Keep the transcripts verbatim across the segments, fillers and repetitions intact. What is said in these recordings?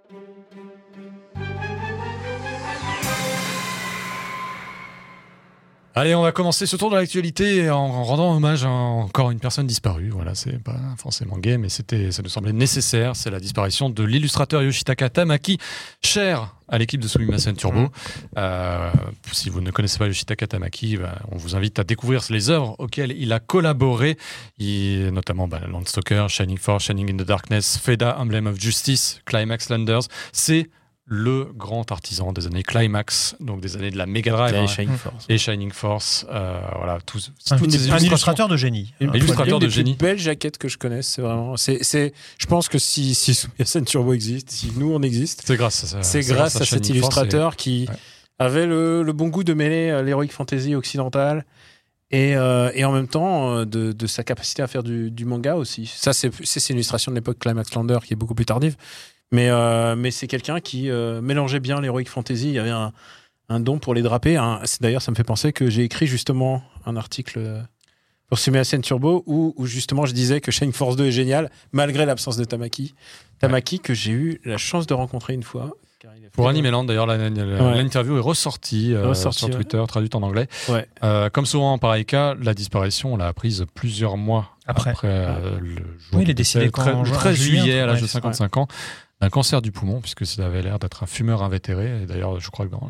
Allez, on va commencer ce tour de l'actualité en rendant hommage à encore une personne disparue. Voilà, c'est pas forcément gay, mais c'était, ça nous semblait nécessaire. C'est la disparition de l'illustrateur Yoshitaka Tamaki, cher à l'équipe de Sumimasen Turbo. Mmh. Euh, si vous ne connaissez pas Yoshitaka Tamaki, bah, on vous invite à découvrir les œuvres auxquelles il a collaboré, il, notamment bah, Landstalker, Shining Force, Shining in the Darkness, Feda, Emblem of Justice, Climax Landers. C'est le grand artisan des années Climax, donc des années de la Mega Drive, et hein, Shining Force. Et Shining Force, euh, voilà, tous. Un, un illustrateur de génie. Une, un illustrateur une des de génie. plus belles jaquettes que je connaisse, c'est vraiment. C'est, c'est, je pense que si, si Sumimasen Turbo existe, si nous on existe, c'est grâce à ça. C'est, c'est grâce, grâce à, à cet illustrateur et... qui ouais. avait le, le bon goût de mêler euh, l'heroic fantasy occidentale et, euh, et en même temps euh, de, de sa capacité à faire du, du manga aussi. Ça, c'est, c'est, c'est une illustration de l'époque Climax Lander qui est beaucoup plus tardive. Mais, euh, mais c'est quelqu'un qui euh, mélangeait bien l'heroic fantasy. Il y avait un, un don pour les draper. Un, c'est, d'ailleurs, ça me fait penser que j'ai écrit justement un article pour Sumimasen Turbo où, où justement je disais que Shining Force deux est génial malgré l'absence de Tamaki. Tamaki ouais. que j'ai eu la chance de rencontrer une fois. Pour Animeland, d'ailleurs, la, la, ouais. l'interview est ressortie, euh, ressorti, sur Twitter, ouais. traduite en anglais. Ouais. Euh, comme souvent en pareil cas, la disparition, on l'a apprise plusieurs mois après, après euh, ouais. le jour. Oui, il est décédé le treize juillet, à l'âge ouais, de cinquante-cinq ouais. ans, d'un cancer du poumon, puisque ça avait l'air d'être un fumeur invétéré. Et d'ailleurs, je crois que dans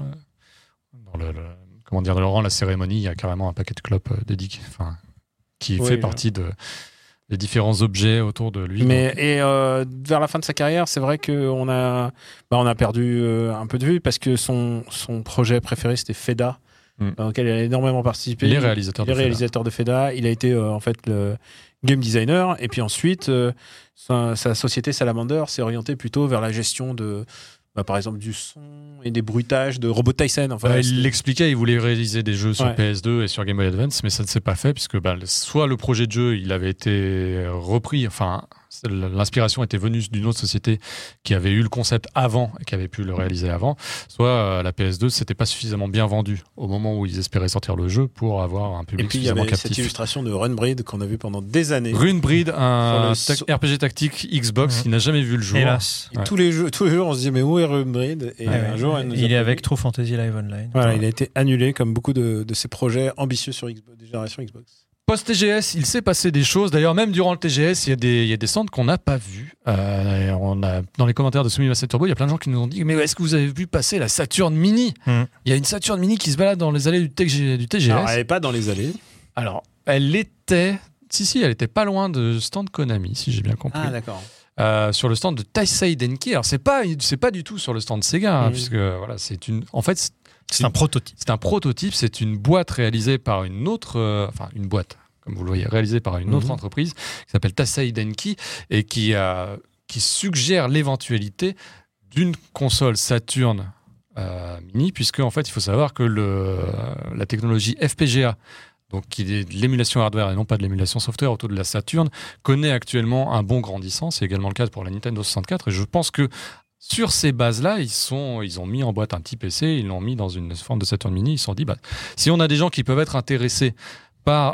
le, dans le, le comment dire, durant la cérémonie, il y a carrément un paquet de clopes dédié, enfin, qui oui, fait partie de les différents objets autour de lui. Mais et euh, vers la fin de sa carrière, c'est vrai qu'on a, bah, on a perdu euh, un peu de vue parce que son son projet préféré c'était Feda, mm. dans lequel il a énormément participé. Il est réalisateur il est de réalisateur Feda. de Feda. Il a été euh, en fait le game designer et puis ensuite euh, sa, sa société Salamander s'est orientée plutôt vers la gestion de bah, par exemple du son et des bruitages de Robot Tyson. Enfin, bah, il l'expliquait, il voulait réaliser des jeux sur ouais. P S deux et sur Game Boy Advance, mais ça ne s'est pas fait puisque bah, soit le projet de jeu il avait été repris, enfin l'inspiration était venue d'une autre société qui avait eu le concept avant et qui avait pu le réaliser avant, soit euh, la P S deux s'était pas suffisamment bien vendue au moment où ils espéraient sortir le jeu pour avoir un public suffisamment captif. Et puis il y avait cette illustration de Runebreed qu'on a vu pendant des années. Runebreed, un ta- R P G tactique Xbox mmh. qui n'a jamais vu le jour. Hélas. Ouais. Tous les jeux, tous les jours, on se dit mais où est Runebreed ? Et ouais, un ouais. jour, il est avec True Fantasy Live Online. Voilà, il a été annulé comme beaucoup de, de ses projets ambitieux sur Xbox, des générations Xbox. Post-T G S, il s'est passé des choses. D'ailleurs, même durant le T G S, il y a des, il y a des centres qu'on n'a pas vus. Euh, on a, dans les commentaires de Sumimasen Turbo, il y a plein de gens qui nous ont dit « Mais est-ce que vous avez vu passer la Saturn Mini ?» mm. Il y a une Saturn Mini qui se balade dans les allées du, T G, du T G S. Alors, elle n'est pas dans les allées. Alors, elle était... Si, si, elle était pas loin de stand Konami, si j'ai bien compris. Ah, d'accord. Euh, sur le stand de Taisei Denki. Alors, c'est pas, c'est pas du tout sur le stand Sega, hein, mm. puisque voilà, c'est une... En fait, c'est, c'est un prototype. C'est un prototype, c'est une boîte réalisée par une autre... Euh, enfin, une boîte... comme vous le voyez, réalisé par une autre mmh. entreprise qui s'appelle Taisei Denki et qui, a, qui suggère l'éventualité d'une console Saturn euh, Mini, puisque en fait, il faut savoir que le, la technologie F P G A, donc qui est de l'émulation hardware et non pas de l'émulation software autour de la Saturn, connaît actuellement un bon grandissant. C'est également le cas pour la Nintendo soixante-quatre et je pense que sur ces bases-là, ils, sont, ils ont mis en boîte un petit P C, ils l'ont mis dans une forme de Saturn Mini, ils se sont dit, bah, si on a des gens qui peuvent être intéressés par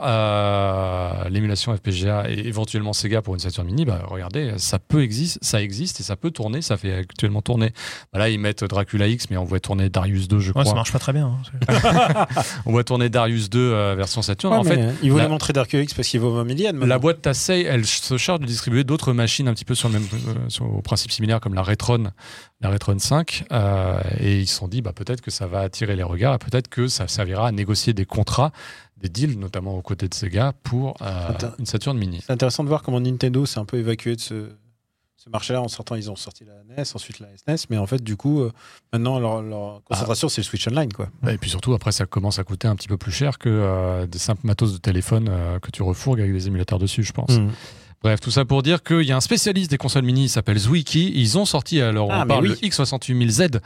euh, l'émulation F P G A et éventuellement Sega pour une Saturn Mini, bah, regardez, ça peut existe, ça existe et ça peut tourner, ça fait actuellement tourner. Bah, là, ils mettent Dracula X, mais on voit tourner Darius deux, je crois. Ouais, ça marche pas très bien. Hein, on voit tourner Darius deux euh, version Saturn. Ouais, en fait, ils voulaient la... montrer Dracula X parce qu'il vaut vingt millions. La boîte Taisei, elle se charge de distribuer d'autres machines un petit peu sur le même, euh, sur, au principe similaire comme la Retron, la Retron cinq, euh, et ils se sont dit, bah, peut-être que ça va attirer les regards, et peut-être que ça servira à négocier des contrats, des deals, notamment aux côtés de Sega, pour euh, une Saturn Mini. C'est intéressant de voir comment Nintendo s'est un peu évacué de ce, ce marché-là. En sortant, ils ont sorti la N E S, ensuite la S N E S, mais en fait, du coup, euh, maintenant, leur, leur concentration, ah. c'est le Switch Online, quoi. Et puis surtout, après, ça commence à coûter un petit peu plus cher que euh, des simples matos de téléphone euh, que tu refourgues avec des émulateurs dessus, je pense. Mmh. Bref, tout ça pour dire qu'il y a un spécialiste des consoles mini, il s'appelle Zwiki. Ils ont sorti, alors ah, on parle oui. le X soixante-huit mille Z.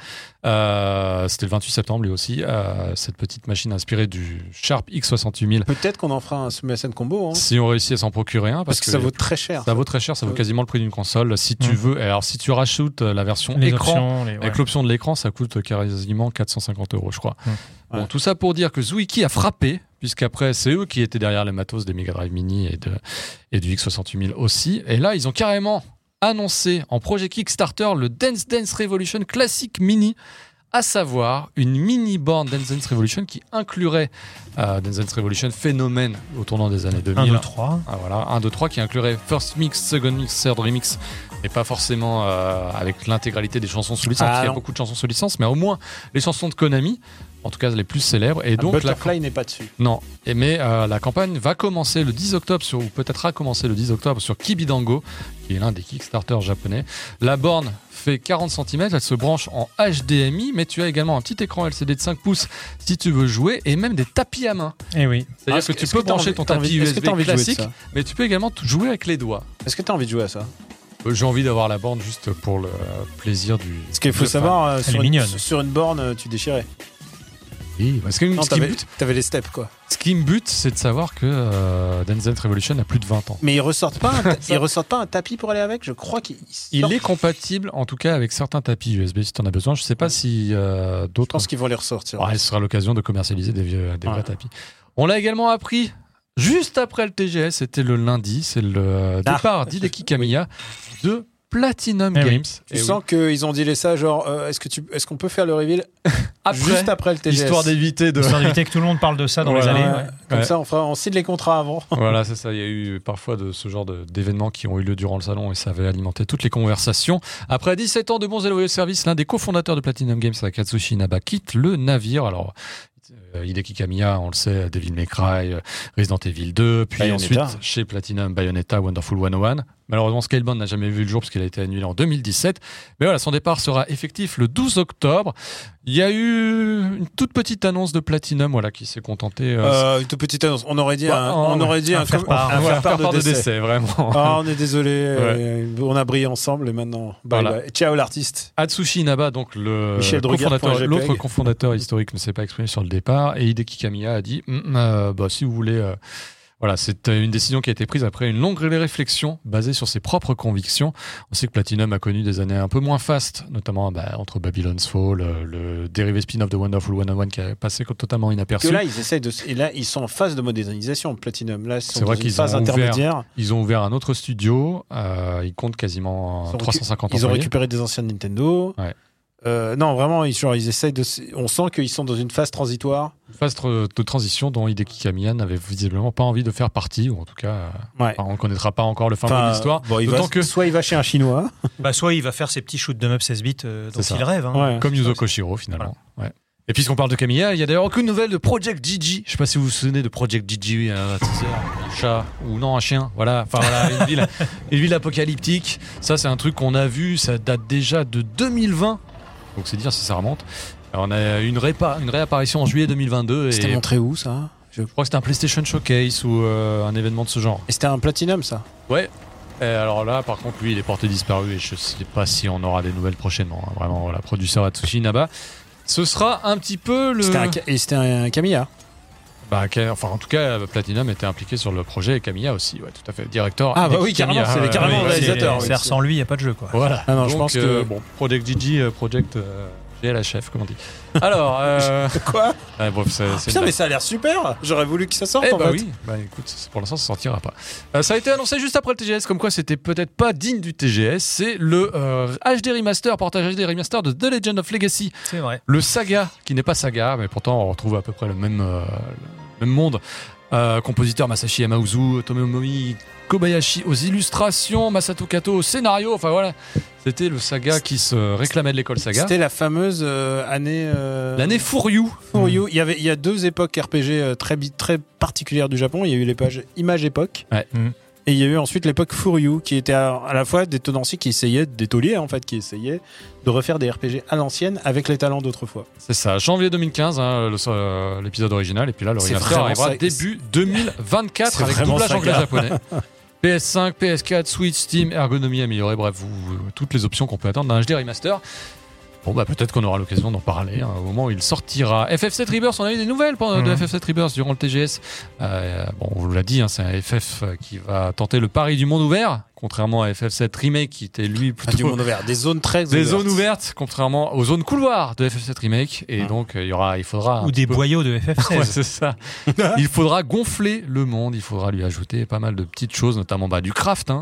Euh, c'était le vingt-huit septembre, lui aussi. Euh, cette petite machine inspirée du Sharp X soixante-huit mille. Peut-être qu'on en fera un Sumimasen combo. Hein. Si on réussit à s'en procurer un. Parce, parce que, que ça vaut très cher. Ça, ça vaut très cher, ça vaut quasiment le prix d'une console. Si tu mmh. veux, alors si tu rajoutes la version les écran, options, les, ouais. avec l'option de l'écran, ça coûte quasiment quatre cent cinquante euros, je crois. Mmh. Bon, ouais. Tout ça pour dire que Zwiki a frappé, puisqu'après, c'est eux qui étaient derrière les matos des Mega Drive Mini et, de, et du X soixante-huit mille aussi. Et là, ils ont carrément annoncé en projet Kickstarter le Dance Dance Revolution Classic Mini, à savoir une mini borne Dance Dance Revolution qui inclurait euh, Dance Dance Revolution, phénomène au tournant des années deux mille. un, deux, trois. Ah, voilà, un, deux, trois qui inclurait First Mix, Second Mix, Third Remix, et pas forcément euh, avec l'intégralité des chansons sous licence, Ah, parce qu'il y a non. beaucoup de chansons sous licence, mais au moins les chansons de Konami, en tout cas les plus célèbres. Et donc, la Butterfly n'est pas dessus. non, et mais euh, la campagne va commencer le dix octobre, sur, ou peut-être a commencé le dix octobre sur Kibidango, qui est l'un des Kickstarter japonais. La borne fait quarante centimètres, elle se branche en H D M I, mais tu as également un petit écran L C D de cinq pouces si tu veux jouer, et même des tapis à main. Eh oui. C'est-à-dire Est-ce que que- tu est-ce peux que t'as brancher envie- ton t'as tapis envie- est-ce que U S B t'as envie de jouer de classique, ça mais tu peux également t- jouer avec les doigts. Est-ce que tu as envie de jouer à ça? Euh, J'ai envie d'avoir la borne juste pour le euh, plaisir du. Parce qu'il faut du fan. savoir, euh, Elle sur, est une, mignonne. sur une borne, euh, tu déchirais. Oui, parce que Non, ce, qui me t'avais, bute, t'avais les steps, quoi. ce qui me bute, c'est de savoir que euh, Dance Dance Revolution a plus de vingt ans. Mais ils ressortent pas un, ta- ils ressortent pas un tapis pour aller avec? Je crois qu'ils Il sortent. est compatible, en tout cas, avec certains tapis U S B si tu en as besoin. Je sais pas si euh, Je d'autres. pense qu'ils vont les ressortir. Ouais, ce sera l'occasion de commercialiser des, vieux, des Ouais. vrais tapis. On l'a également appris juste après le T G S, c'était le lundi, c'est le Ah. départ d'Hideki Kamiya de Platinum Eh oui. Games. Tu Et sens qu'ils ont dit les ça, genre, euh, est-ce, que tu, est-ce qu'on peut faire le reveal après, juste après le T G S? histoire d'éviter de. Histoire d'éviter que tout le monde parle de ça dans Voilà. les années. Ouais, ouais. Comme Ouais. ça, on, fera, on signe les contrats avant. Voilà, c'est ça. Il y a eu parfois de ce genre de- d'événements qui ont eu lieu durant le salon et ça avait alimenté toutes les conversations. Après dix-sept ans de bons et loyaux services, l'un des cofondateurs de Platinum Games, Katsushi Inaba, quitte le navire. Alors, euh, Hideki Kamiya, on le sait, Devil May Cry, euh, Resident Evil deux, puis Bayonetta. ensuite chez Platinum, Bayonetta, Wonderful cent un. Malheureusement, Scalebound n'a jamais vu le jour parce qu'il a été annulé en deux mille dix-sept. Mais voilà, son départ sera effectif le douze octobre. Il y a eu une toute petite annonce de Platinum, voilà, qui s'est contenté. euh, Euh, une toute petite annonce. On aurait dit Bah, un, en- on aurait dit un un, faire com- part. un voilà, faire part de décès. vraiment. Ah, on est désolé. euh, on a brillé ensemble et maintenant, bye Voilà. bye. Ciao l'artiste. Atsushi Inaba, donc le Michel Drucker cofondateur, point J P G. l'autre cofondateur historique, ne s'est pas exprimé sur le départ. Et Hideki Kamiya a dit Hum, euh, bah, si vous voulez. euh, Voilà, c'est une décision qui a été prise après une longue réflexion basée sur ses propres convictions. On sait que Platinum a connu des années un peu moins fastes, notamment bah, entre Babylon's Fall, euh, le dérivé spin-off de Wonderful cent un qui a passé totalement inaperçu. Que là, ils essayent de. Et là, ils sont en phase de modernisation, Platinum. Là, ils sont C'est dans vrai une qu'ils phase ont ouvert- intermédiaire. Ils ont ouvert un autre studio, euh, ils comptent quasiment Ils ont trois cent cinquante Ils ont employés. récupéré des anciennes Nintendo. Ouais. Euh, non, vraiment, ils, genre, ils essayent de. On sent qu'ils sont dans une phase transitoire. Une phase tr- de transition dont Hideki Kamiya n'avait visiblement pas envie de faire partie, ou en tout cas, euh, Ouais. enfin, on ne connaîtra pas encore le fin mot Enfin, de l'histoire. bon, il va- D'autant que, soit il va chez un Chinois. Bah, soit il va faire ses petits shoots de up seize bits euh, dont C'est ça. il rêve. Hein. Ouais. comme Yuzo Koshiro finalement. Ouais. Et puisqu'on parle de Kamiya, il y a d'ailleurs aucune nouvelle de Project Gigi. Je sais pas si vous vous souvenez de Project Gigi, un teaser, un chat ou non un chien. Voilà, enfin voilà, une ville, une ville apocalyptique. Ça c'est un truc qu'on a vu, ça date déjà de deux mille vingt. Donc c'est dire si ça remonte. Alors, on a une, répa- une réapparition en juillet deux mille vingt-deux et C'était je montré où, ça? Je- crois que c'était un PlayStation Showcase ou euh, un événement de ce genre. Et c'était un Platinum, ça? Ouais. Et alors là, par contre, lui, il est porté disparu et je sais pas si on aura des nouvelles prochainement. hein. Vraiment, voilà, producteur Atsushi Inaba. Ce sera un petit peu le. C'était un, Ka- et c'était un Kamiya. Bah, Ka- enfin, en tout cas, Platinum était impliqué sur le projet et Kamiya aussi, ouais, tout à fait. Directeur. Ah, bah Hideki oui, carrément, Kamiya, c'est les- ouais, carrément ouais, le ouais, réalisateur, c'est- oui. C'est-à-dire sans lui, il n'y a pas de jeu. Quoi. Voilà. Ah non, je Donc, pense que- euh, bon, Project Gigi, euh, Project euh, G L H F, comme on dit. Alors. Euh... Quoi? ouais, bon, c'est, c'est Putain, une mais ça a l'air super! J'aurais voulu que ça sorte, Eh en bah fait. oui, bah écoute, c'est- pour l'instant ça sortira pas. Euh, ça a été annoncé juste après le T G S, comme quoi c'était peut-être pas digne du T G S. C'est le euh, H D Remaster, portage H D Remaster de The Legend of Legacy. C'est vrai. Le Saga, qui n'est pas Saga, mais pourtant on retrouve à peu près le même, euh, le même monde. Euh, compositeur Masashi Yamauzu, Tomomi Kobayashi aux illustrations, Masato Kato au scénario, enfin voilà. C'était le Saga qui se réclamait de l'école Saga. C'était la fameuse euh, année. euh, L'année Furyu. For You. Il y avait, il y a deux époques R P G euh, très, bi- très particulières du Japon. Il y a eu l'époque Image Époque. Ouais. Mm. Et il y a eu ensuite l'époque For You, qui était à, à la fois des tenanciers qui essayaient, des tauliers en fait, qui essayaient de refaire des R P G à l'ancienne avec les talents d'autrefois. C'est ça, janvier deux mille quinze, hein, le- euh, l'épisode original, et puis là le C'est remaster vraiment arrivera ça- début deux mille vingt-quatre C'est avec vraiment doublage Saga. anglais-japonais. P S cinq, P S quatre, Switch, Steam, ergonomie améliorée, bref, vous, vous- toutes les options qu'on peut attendre d'un H D remaster. Bon bah peut-être qu'on aura l'occasion d'en parler hein, au moment où il sortira. F F sept Rebirth, on a eu des nouvelles pendant- de Mhm. F F sept Rebirth durant le T G S. Euh, bon, on vous l'a dit, hein, c'est un F F qui va tenter le pari du monde ouvert, contrairement à F F sept Remake qui était lui Enfin, du plutôt monde ouvert, des zones très des ouvertes. zones ouvertes, contrairement aux zones couloirs de F F sept Remake. Et Mhm. donc euh, il y aura, il faudra un Ou petit des peu- boyaux de F F Ouais, seize. c'est ça. Il faudra gonfler le monde, il faudra lui ajouter pas mal de petites choses, notamment bah, du craft, hein.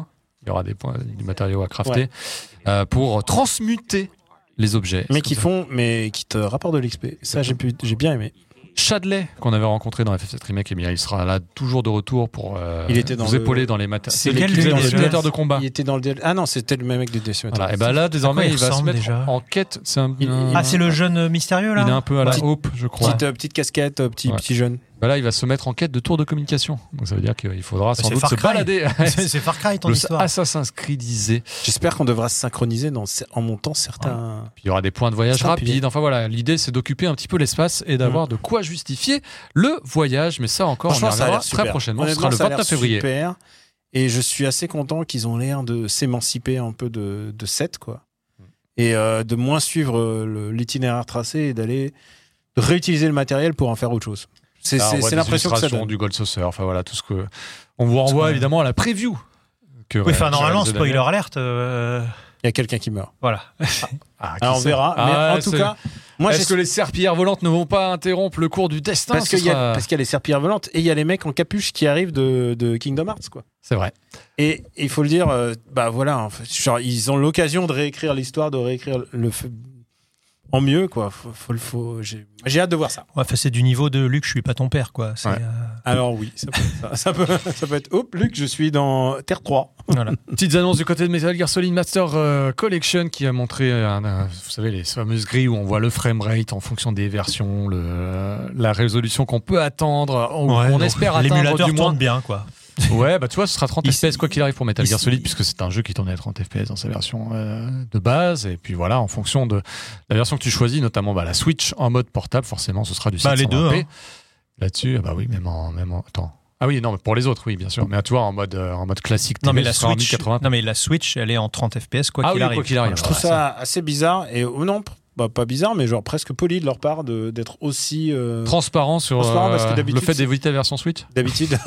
il y aura des points, du matériau à crafter ouais. euh, pour transmuter les objets. Mais qui font, mais qui te rapportent de l'X P. Ça, j'ai, pu, j'ai bien aimé. Chadley, qu'on avait rencontré dans F F sept Remake, eh bien, il sera là toujours de retour pour euh, il était dans vous le... épauler dans les matériaux. C'est lequel le simulateur de combat. Il était dans le D L... Ah non, c'était le même mec de D L C. Voilà, et ben là, désormais, il, il va se mettre déjà en quête. C'est un, il, un... Ah, c'est le jeune mystérieux là. Il est un peu à la petite, Hope, je crois. Petite, euh, petite casquette, petit, ouais. petit jeune. Ben là, il va se mettre en quête de tour de communication. Donc ça veut dire qu'il faudra sans c'est doute Far se Cry. balader. c'est, c'est Far Cry ton le histoire. Assassin's Creedisé. J'espère qu'on devra se synchroniser dans, en montant certains. Ouais. Puis il y aura des points de voyage rapides. Enfin voilà, l'idée c'est d'occuper un petit peu l'espace et d'avoir mmh. de quoi justifier le voyage. Mais ça encore, on y reviendra très prochainement. Ce sera le vingt-neuf février. Super. Et je suis assez content qu'ils ont l'air de s'émanciper un peu de, de sept, quoi. Mmh. Et euh, de moins suivre le, l'itinéraire tracé et d'aller de réutiliser le matériel pour en faire autre chose. C'est, Alors, c'est, ouais, c'est l'impression que ça donne. Du Gold Saucer, enfin voilà, tout ce que on vous renvoie ouais. évidemment à la preview. Que, oui, enfin normalement spoiler alerte. Euh... Il y a quelqu'un qui meurt. Voilà. Ah, Alors on verra. Ah, mais en tout c'est... cas, moi, est-ce j'ai... que les serpillères volantes ne vont pas interrompre le cours du destin parce, qu'il sera... y a, parce qu'il y a les serpillères volantes et il y a les mecs en capuche qui arrivent de, de Kingdom Hearts, quoi. C'est vrai. Et il faut le dire, euh, bah voilà, en fait, genre, ils ont l'occasion de réécrire l'histoire, de réécrire le. En mieux, quoi. Faut, faut, faut, j'ai... j'ai hâte de voir ça. Ouais, c'est du niveau de Luc, je suis pas ton père, quoi. C'est, ouais. euh... Alors oui, ça peut, ça, ça, peut, ça peut être. Hop, Luc, je suis dans Terre trois. Voilà. Petites annonces du côté de Metal Gear Solid Master euh, Collection qui a montré, un, un, vous savez, les fameuses grilles où on voit le framerate en fonction des versions, le, la résolution qu'on peut attendre. On, ouais, on espère atteindre l'émulateur du moins. tourne bien, quoi. Ouais, bah tu vois, ce sera trente il F P S quoi qu'il arrive pour Metal Gear Solid, puisque c'est un jeu qui tournait à trente F P S dans sa version euh, de base. Et puis voilà, en fonction de la version que tu choisis, notamment bah, la Switch en mode portable, forcément, ce sera du bah, sept cent vingt p. Les deux, hein. Là-dessus, bah oui, même en, même en attends. Ah oui, non, mais pour les autres, oui, bien sûr. Mais tu vois, en mode, euh, en mode classique, non mais, la Switch, non, mais la Switch, elle est en trente F P S, quoi ah qu'il oui, arrive. Quoi qu'il arrive. Je trouve ça assez bizarre. Et oh non, bah, pas bizarre, mais genre presque poli de leur part de, d'être aussi. Euh... Transparent sur Transparent parce que euh, d'habitude, le fait d'éviter la version Switch. D'habitude.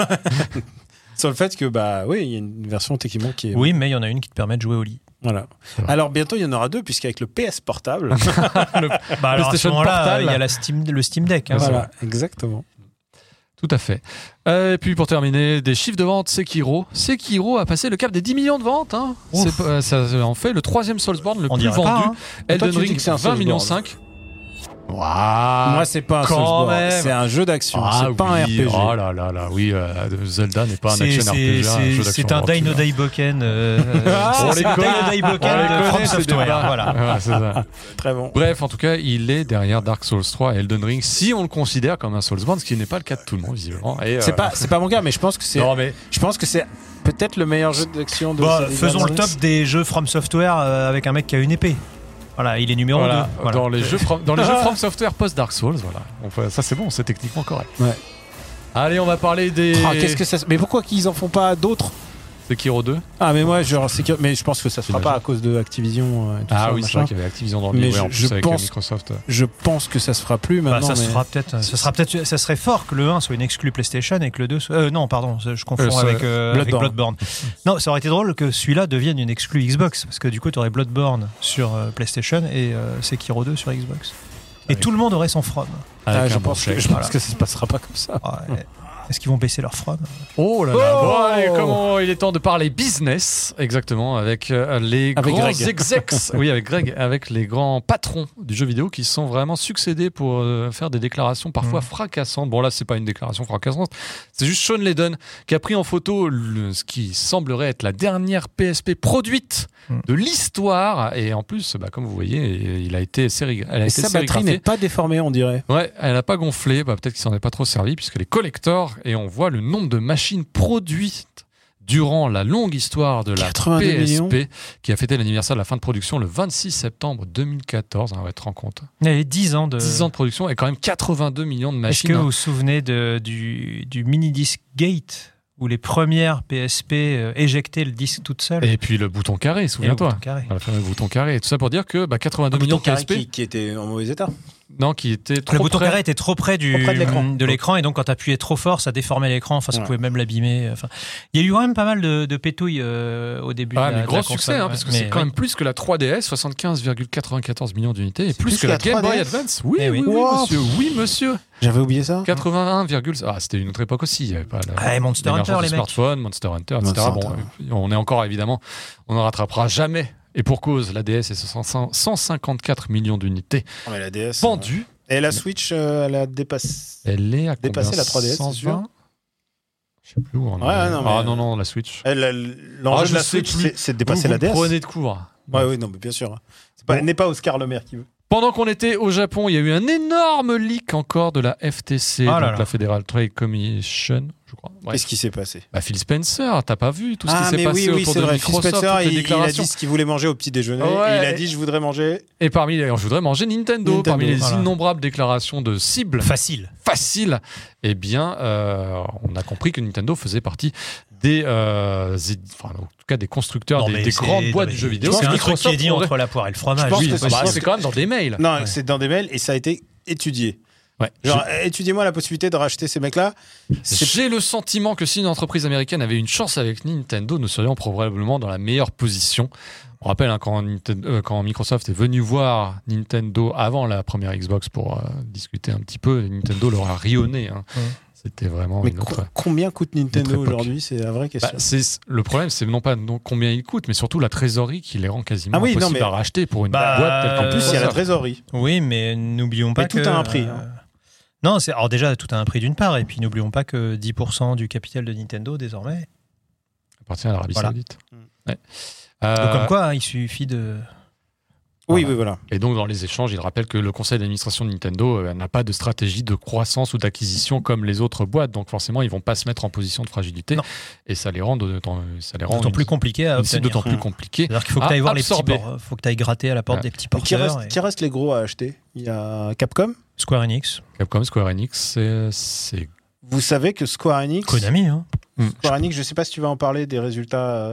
Sur le fait que, bah oui, il y a une version techniquement qui est. Oui, mais il y en a une qui te permet de jouer au lit. Voilà. Alors bientôt, il y en aura deux, puisqu'avec le P S portable. le, bah, alors, à ce moment-là, il y a la Steam, le Steam Deck. Hein, voilà, exactement. Tout à fait. Euh, et puis pour terminer, des chiffres de vente Sekiro. Sekiro a passé le cap des dix millions de ventes. Hein. C'est, euh, ça en fait le troisième Soulsborne le On plus vendu. Pas, hein. Elden Ring, c'est vingt millions cinq. Wow. Moi, c'est pas un Soulsborne, c'est un jeu d'action, ah, c'est oui. pas un R P G. Oh là là là, oui, euh, Zelda n'est pas un c'est, action c'est, R P G, c'est, un jeu d'action. C'est un Dino Daiboken. Euh, on c'est un Dino Daiboken de From Software. Voilà. Ouais, c'est ça. Très bon. Bref, en tout cas, il est derrière Dark Souls trois et Elden Ring, si on le considère comme un Soulsborne, ce qui n'est pas le cas de tout le monde visiblement. Et, euh... C'est pas, c'est pas mon cas, mais je pense que c'est. Non, mais... Je pense que c'est peut-être le meilleur jeu d'action de. Bah, faisons le top des jeux From Software euh, avec un mec qui a une épée. Voilà, il est numéro voilà, deux. Voilà. Dans les jeux From, dans les jeux From Software post Dark Souls, voilà. On peut, ça c'est bon, c'est techniquement correct. Ouais. Allez, on va parler des. Ah, qu'est-ce que ça... Mais pourquoi qu'ils en font pas d'autres? Sekiro deux. Ah mais moi genre Sekiro... mais je pense que ça se fera pas à cause de Activision et tout ah ça, oui, machin. c'est vrai qu'il y avait Activision dans le livre en plus je avec pense, Microsoft. Je pense que ça se fera plus maintenant. Bah, ça mais... se fera peut-être. Ça sera peut-être. Ça serait fort que le un soit une exclu PlayStation et que le deux soit. Euh, non, pardon, je confonds euh, avec, euh, Bloodborne. avec Bloodborne. Non, ça aurait été drôle que celui-là devienne une exclu Xbox parce que du coup, tu aurais Bloodborne sur euh, PlayStation et euh, Sekiro deux sur Xbox. Et avec... tout le monde aurait son From. Ah, je pense, que, je voilà. pense que ça se passera pas comme ça. Ouais. Est-ce qu'ils vont baisser leur From? Oh là là. Oh bon, allez, comment il est temps de parler business, exactement, avec euh, les avec grands Greg. execs. Oui, avec Greg, avec les grands patrons du jeu vidéo qui sont vraiment succédés pour euh, faire des déclarations parfois mmh. fracassantes. Bon, là, c'est pas une déclaration fracassante, c'est juste Sean Layden qui a pris en photo le, ce qui semblerait être la dernière P S P produite mmh. de l'histoire. Et en plus, bah, comme vous voyez, il a été séri- elle a Et été sa batterie n'est pas déformée, on dirait. Ouais, elle n'a pas gonflé. Bah, peut-être qu'il s'en est pas trop servi puisque les collectors. Et on voit le nombre de machines produites durant la longue histoire de la P S P millions. Qui a fêté l'anniversaire de la fin de production le vingt-six septembre deux mille quatorze. On va te rendre compte. Il y avait dix ans de... dix ans de production et quand même quatre-vingt-deux millions de machines. Est-ce que vous vous souvenez de, du, du mini-disc Gate où les premières P S P euh, éjectaient le disque toute seule? Et puis le bouton carré, souviens-toi. Le bouton carré. Le fameux bouton carré. Et tout ça pour dire que bah, quatre-vingt-deux millions de P S P. Qui, qui était en mauvais état. Non, qui était trop Le bouton près. carré était trop près, du, trop près de, l'écran. de l'écran et donc quand tu appuyais trop fort, ça déformait l'écran. Enfin, ça ouais. pouvait même l'abîmer. Enfin, il y a eu quand même pas mal de, de pétouilles euh, au début. Ah, de la, mais gros de la succès, console, hein, parce que mais c'est quand oui. même plus que la trois D S, soixante-quinze virgule quatre-vingt-quatorze millions d'unités, et plus, plus que la, la Game Boy Advance. Oui, eh oui, oui, oui, wow. monsieur. Oui, monsieur. J'avais oublié ça. quatre-vingt-un, ah, c'était une autre époque aussi. Il y avait pas la, ah, Monster Hunter Hunter, les mecs. smartphones, Monster Hunter, et cetera. Monster bon, on est encore évidemment, on ne rattrapera jamais. Et pour cause, la D S est cent cinquante-quatre millions d'unités oh, la D S, vendues. Ouais. Et la Switch, euh, elle a dépassé. Elle est à dépassé la trois D S, cent vingt c'est sûr. Je sais plus où on ouais, est. Non, ah non, non, la Switch. Elle, l'enjeu ah, de la Switch, c'est, c'est de dépasser vous la D S. Vous prenez de court. Ouais, oui, non, mais bien sûr. C'est pas, bon. Elle n'est pas Oscar Le Maire qui veut. Pendant qu'on était au Japon, il y a eu un énorme leak encore de la F T C, ah donc la Federal Trade Commission, je crois. Ouais. Qu'est-ce qui s'est passé? Bah, Phil Spencer, t'as pas vu tout ce ah, qui s'est mais passé oui, autour oui, de vrai. Microsoft, Phil Spencer, il, il a dit ce qu'il voulait manger au petit déjeuner. Ouais, et il a dit je voudrais manger. Et parmi les, je voudrais manger Nintendo, Nintendo parmi les voilà. innombrables déclarations de cibles facile, facile. Eh bien, euh, on a compris que Nintendo faisait partie des, euh, enfin, en tout cas des constructeurs non, des, des grandes boîtes de jeux vidéo. C'est un truc qui est dit entre la poire et le fromage. Oui, c'est, bah, c'est quand même dans des mails. Non, ouais. C'est dans des mails et ça a été étudié. Ouais. Genre, je... étudiez-moi la possibilité de racheter ces mecs-là. C'est... J'ai le sentiment que si une entreprise américaine avait une chance avec Nintendo, nous serions probablement dans la meilleure position. On rappelle hein, quand, Nintendo, euh, quand Microsoft est venu voir Nintendo avant la première Xbox pour euh, discuter un petit peu, Nintendo leur a rionné. Hein. Ouais. C'était vraiment mais une autre. Combien coûte Nintendo aujourd'hui? C'est la vraie question. Bah, c'est, le problème, c'est non pas non, combien il coûte, mais surtout la trésorerie qui les rend quasiment ah oui, impossible non, mais... à racheter pour une bah, boîte telle qu'en plus. Il y a la trésorerie. Oui, mais n'oublions pas mais que. Tout a un prix. Euh... Hein. Non, c'est alors déjà tout a un prix d'une part, et puis n'oublions pas que dix pour cent du capital de Nintendo désormais appartient à l'Arabie voilà. Saoudite. Ouais. Euh... Donc comme quoi, hein, il suffit de. Oui, voilà. oui, voilà. Et donc, dans les échanges, il rappelle que le conseil d'administration de Nintendo euh, n'a pas de stratégie de croissance ou d'acquisition comme les autres boîtes. Donc, forcément, ils ne vont pas se mettre en position de fragilité. Non. Et ça les rend, de, ça les rend d'autant une, plus compliqué à obtenir. D'autant plus compliqué. C'est-à-dire qu'il faut que tu ailles voir absorber. les petits ports. Il faut que tu ailles gratter à la porte ouais. des petits porteurs. Qui reste, et... qui reste les gros à acheter? Il y a Capcom, Square Enix. Capcom, Square Enix, c'est. c'est... Vous savez que Square Enix. Konami, hein. Square Enix, je ne sais pas si tu vas en parler des résultats. Euh...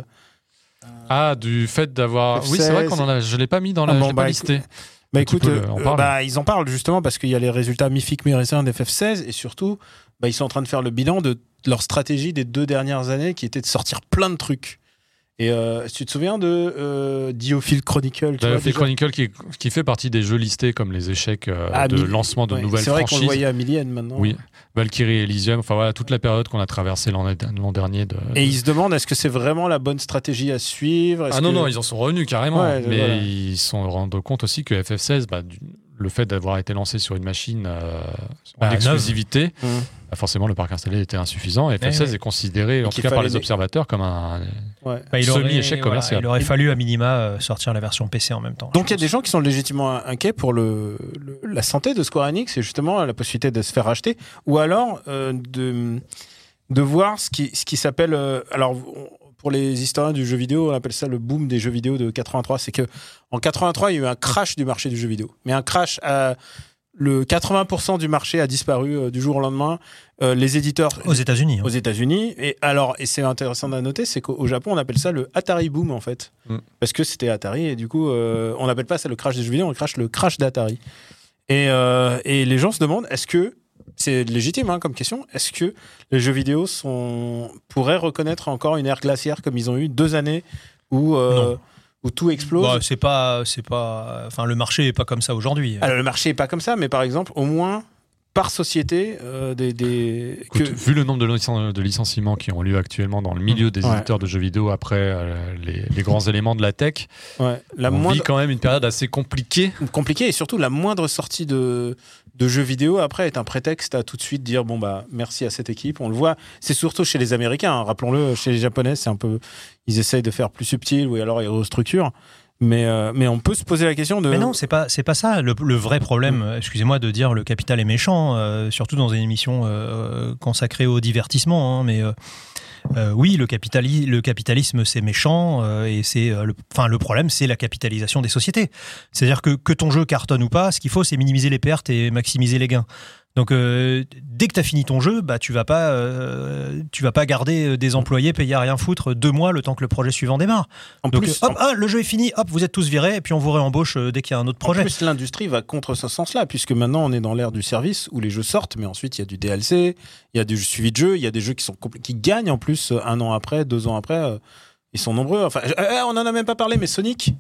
Ah, du fait d'avoir. F seize, oui, c'est vrai qu'on en a. Je l'ai pas mis dans la. Ah bon, je l'ai bah, pas listé. Bah écoute, euh, en bah, ils en parlent justement parce qu'il y a les résultats mi-fic, mi-raisin d'F F seize et surtout, bah, ils sont en train de faire le bilan de leur stratégie des deux dernières années qui était de sortir plein de trucs. Et euh, tu te souviens de euh, Diophile Chronicle Diophile Chronicle qui, qui fait partie des jeux listés comme les échecs euh, ah, de mi- lancement de ouais, nouvelles c'est vrai franchises. Qu'on le voyait à Millienne maintenant. Oui, Valkyrie Elysium, enfin voilà, toute la période qu'on a traversée l'an, l'an dernier. De, et ils se demandent est-ce que c'est vraiment la bonne stratégie à suivre? Est-ce Ah non, que... non, ils en sont revenus carrément. Ouais, mais voilà. Ils se sont rendus compte aussi que F F seize, bah, du, le fait d'avoir été lancé sur une machine euh, en bah, exclusivité, mmh. bah, forcément le parc installé était insuffisant. Et F F seize ouais. est considéré, en tout cas par les observateurs, comme un ouais. bah, semi-échec voilà, commercial. Il aurait fallu à minima sortir la version P C en même temps. Donc il y a des gens qui sont légitimement inquiets pour le, le, la santé de Square Enix et justement la possibilité de se faire racheter ou alors euh, de, de voir ce qui, ce qui s'appelle... Euh, alors, pour les historiens du jeu vidéo, on appelle ça le boom des jeux vidéo de quatre-vingt-trois. C'est qu'en quatre-vingt-trois, il y a eu un crash du marché du jeu vidéo. Mais un crash, à, le quatre-vingts pour cent du marché a disparu euh, du jour au lendemain. Euh, les éditeurs... Aux États-Unis. Hein. Aux États-Unis. Et, alors, et c'est intéressant à noter, c'est qu'au Japon, on appelle ça le Atari Boom, en fait. Mm. Parce que c'était Atari. Et du coup, euh, on n'appelle pas ça le crash des jeux vidéo, on crash le crash d'Atari. Et, euh, et les gens se demandent, est-ce que... C'est légitime hein, comme question. Est-ce que les jeux vidéo sont... pourraient reconnaître encore une ère glaciaire comme ils ont eu deux années où, euh, où tout explose? Bah, c'est pas, c'est pas... Enfin, le marché n'est pas comme ça aujourd'hui. Alors, le marché n'est pas comme ça, mais par exemple, au moins par société, euh, des... des... Écoute, que... Vu le nombre de, licen- de licenciements qui ont lieu actuellement dans le milieu des ouais. éditeurs de jeux vidéo après euh, les, les grands éléments de la tech, ouais. la on moindre... vit quand même une période assez compliquée. Compliquée et surtout la moindre sortie de... de jeux vidéo après est un prétexte à tout de suite dire bon bah merci à cette équipe. On le voit, c'est surtout chez les Américains, hein, rappelons-le, chez les Japonais c'est un peu, ils essayent de faire plus subtil ou alors ils restructurent. Mais euh, mais on peut se poser la question de. Mais non, c'est pas c'est pas ça le, le vrai problème. Mmh. Excusez-moi de dire le capital est méchant, euh, surtout dans une émission euh, consacrée au divertissement, hein, mais. Euh... Euh, oui, le, capitali- le capitalisme, c'est méchant, euh, et c'est, euh, le, enfin, le problème, c'est la capitalisation des sociétés. C'est-à-dire que, que ton jeu cartonne ou pas, ce qu'il faut, c'est minimiser les pertes et maximiser les gains. Donc, euh, dès que tu as fini ton jeu, bah, tu vas pas, euh, tu vas pas garder des employés payés à rien foutre deux mois le temps que le projet suivant démarre. En Donc, plus, hop, en... ah, le jeu est fini, hop, vous êtes tous virés, et puis on vous réembauche dès qu'il y a un autre projet. En plus, l'industrie va contre ce sens-là, puisque maintenant on est dans l'ère du service où les jeux sortent, mais ensuite il y a du D L C, il y a du suivi de jeu, il y a des jeux qui sont compl- qui gagnent en plus un an après, deux ans après, euh, ils sont nombreux. Enfin, euh, on en a même pas parlé, mais Sonic.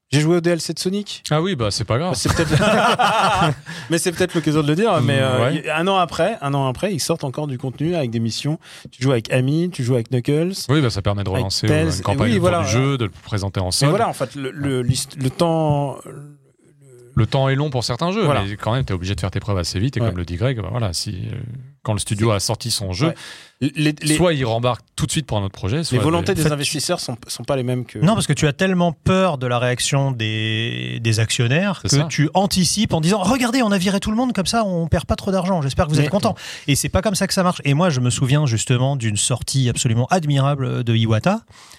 J'ai joué au D L C de Sonic. Ah oui, bah c'est pas grave. Bah, c'est peut-être... mais c'est peut-être l'occasion de le dire. Mais euh, ouais. un an après, un an après, ils sortent encore du contenu avec des missions. Tu joues avec Amy, tu joues avec Knuckles. Oui, bah ça permet de relancer une campagne oui, voilà, du jeu, de le présenter en solde. Mais voilà, en fait, le, le, le, le temps. Le temps est long pour certains jeux, voilà. Mais quand même, tu es obligé de faire tes preuves assez vite. Et ouais. comme le dit Greg, bah voilà, si, euh, quand le studio c'est... a sorti son jeu, ouais. les, les... soit il rembarque tout de suite pour un autre projet. Soit les volontés les... des investisseurs sont, sont pas les mêmes que. Non, parce que tu as tellement peur de la réaction des, des actionnaires c'est que ça. Tu anticipes en disant regardez, on a viré tout le monde, comme ça on perd pas trop d'argent. J'espère que vous mais... êtes contents. Et c'est pas comme ça que ça marche. Et moi, je me souviens justement d'une sortie absolument admirable de Iwata.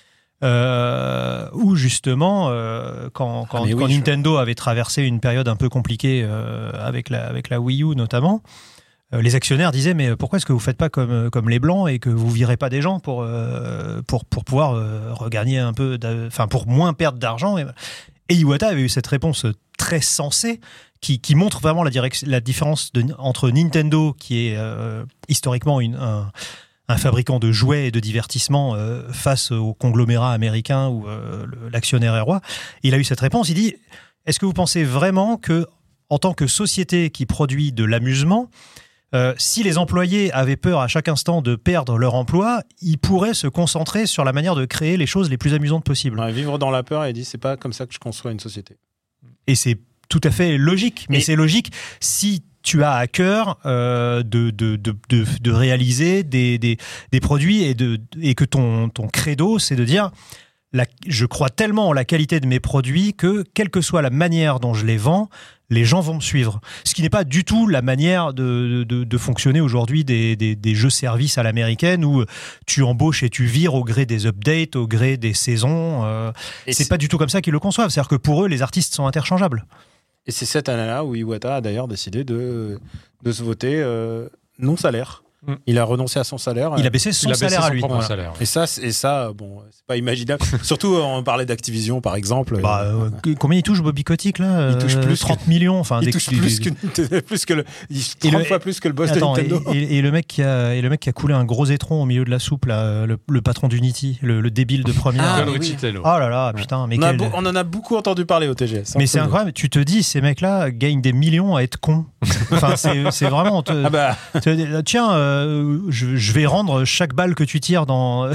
Euh, où justement euh, quand, quand, ah quand oui, Nintendo je... avait traversé une période un peu compliquée euh, avec, la, avec la Wii U notamment, euh, les actionnaires disaient mais pourquoi est-ce que vous faites pas comme, comme les blancs et que vous virez pas des gens pour, euh, pour, pour pouvoir euh, regagner un peu, enfin pour moins perdre d'argent. Et, et Iwata avait eu cette réponse très sensée qui, qui montre vraiment la, direct, la différence de, entre Nintendo qui est euh, historiquement une, un un fabricant de jouets et de divertissement euh, face au conglomérat américain où euh, l'actionnaire est roi. Il a eu cette réponse, il dit « Est-ce que vous pensez vraiment que, en tant que société qui produit de l'amusement, euh, si les employés avaient peur à chaque instant de perdre leur emploi, ils pourraient se concentrer sur la manière de créer les choses les plus amusantes possibles ?» ouais, Vivre dans la peur, il dit « C'est pas comme ça que je conçois une société. » Et c'est tout à fait logique, mais et... c'est logique si tu as à cœur euh, de, de, de, de, de réaliser des, des, des produits et, de, et que ton, ton credo, c'est de dire la, je crois tellement en la qualité de mes produits que, quelle que soit la manière dont je les vends, les gens vont me suivre. Ce qui n'est pas du tout la manière de, de, de fonctionner aujourd'hui des, des, des jeux-services à l'américaine où tu embauches et tu vires au gré des updates, au gré des saisons. Euh, et c'est, c'est pas du tout comme ça qu'ils le conçoivent. C'est-à-dire que pour eux, les artistes sont interchangeables. Et c'est cette année-là où Iwata a d'ailleurs décidé de, de se voter euh, non-salaire. Mm. Il a renoncé à son salaire. Il a baissé son il a salaire baissé à lui. Voilà. Salaire, ouais. Et ça, et ça, bon, c'est pas imaginable. Surtout, on parlait d'Activision, par exemple. Bah, euh, combien il touche Bobby Kotick là Il touche plus trente que, millions. Enfin, il touche plus que, plus que le, trente le, fois plus que le boss attends, de Nintendo. Et, et, et le mec qui a, et le mec qui a coulé un gros étron au milieu de la soupe là, le, le patron d'Unity, le, le débile de première. Ah, oui. Oh là là, putain. Mais on, quel... a, on en a beaucoup entendu parler au T G S. Mais c'est incroyable. Tu te dis, ces mecs-là gagnent des millions à être cons. Enfin, c'est, c'est vraiment. Te, ah bah. te, tiens, euh, je, je vais rendre chaque balle que tu tires dans.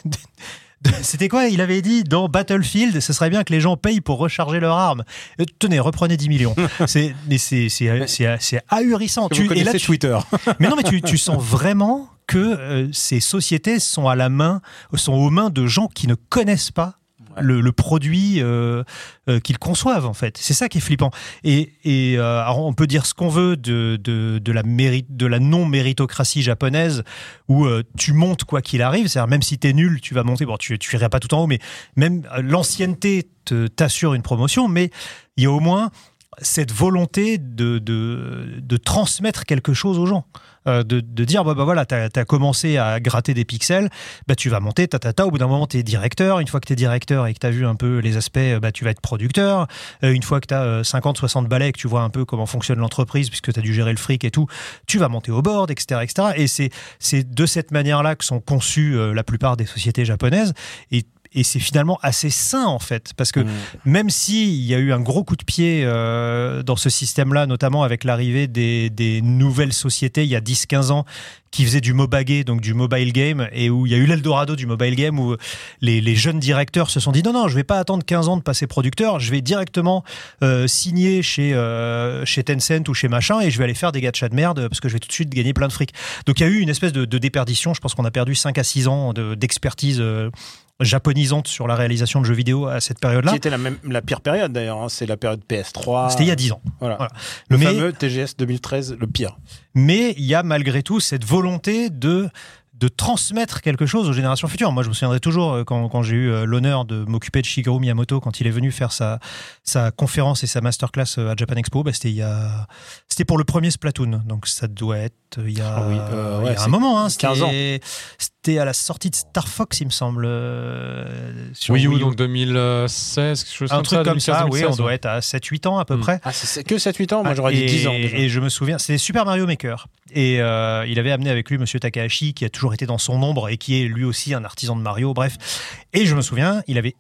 C'était quoi? Il avait dit dans Battlefield, ce serait bien que les gens payent pour recharger leur arme. Euh, tenez, reprenez dix millions. C'est, mais c'est, c'est, c'est, c'est ahurissant. Tu connaissez et là, Twitter. Tu, mais non, mais tu, tu sens vraiment que euh, ces sociétés sont à la main, sont aux mains de gens qui ne connaissent pas Le, le produit euh, euh, qu'ils conçoivent en fait. C'est ça qui est flippant. Et, et euh, alors on peut dire ce qu'on veut de, de, de, la, méri- de la non-méritocratie japonaise où euh, tu montes quoi qu'il arrive. C'est-à-dire même si t'es nul, tu vas monter. Bon, tu tu iras pas tout en haut, mais même euh, l'ancienneté te, t'assure une promotion. Mais il y a au moins cette volonté de, de, de transmettre quelque chose aux gens. Euh, de, de dire, bah, bah voilà, t'as, t'as commencé à gratter des pixels, bah tu vas monter, ta, ta, ta, au bout d'un moment, t'es directeur. Une fois que t'es directeur et que t'as vu un peu les aspects, bah tu vas être producteur. Euh, une fois que t'as euh, cinquante, soixante balais et que tu vois un peu comment fonctionne l'entreprise, puisque t'as dû gérer le fric et tout, tu vas monter au board, et cetera, et cetera. Et c'est, c'est de cette manière-là que sont conçues euh, la plupart des sociétés japonaises. Et Et c'est finalement assez sain, en fait. Parce que mmh. même s'il y a eu un gros coup de pied euh, dans ce système-là, notamment avec l'arrivée des, des nouvelles sociétés il y a dix quinze ans, qui faisaient du mobagé, donc du mobile game, et où il y a eu l'Eldorado du mobile game, où les, les jeunes directeurs se sont dit « Non, non, je ne vais pas attendre quinze ans de passer producteur, je vais directement euh, signer chez, euh, chez Tencent ou chez machin, et je vais aller faire des gachas de merde, parce que je vais tout de suite gagner plein de fric. » Donc il y a eu une espèce de, de déperdition. Je pense qu'on a perdu cinq à six ans de, d'expertise euh, japonisante sur la réalisation de jeux vidéo à cette période-là. Qui était la, même, la pire période d'ailleurs, hein. C'est la période P S trois. C'était il y a dix ans. Voilà. voilà. Le mais, fameux T G S deux mille treize, le pire. Mais il y a malgré tout cette volonté de, de transmettre quelque chose aux générations futures. Moi, je me souviendrai toujours quand, quand j'ai eu l'honneur de m'occuper de Shigeru Miyamoto quand il est venu faire sa, sa conférence et sa masterclass à Japan Expo. Bah, c'était, il y a, c'était pour le premier Splatoon. Donc ça doit être il y a, ah oui, euh, ouais, il y a un moment. Hein, c'était, quinze ans. C'était à la sortie de Star Fox, il me semble. Euh, sur oui, donc deux mille seize, quelque chose un comme truc ça. comme ça, oui, on ouais. doit être à sept huit ans à peu mmh. près. Ah, c'est que sept huit ans, moi j'aurais et, dit dix ans. Déjà. Et je me souviens, c'est Super Mario Maker. Et euh, il avait amené avec lui Monsieur Takahashi, qui a toujours été dans son ombre et qui est lui aussi un artisan de Mario, bref. Et je me souviens, il avait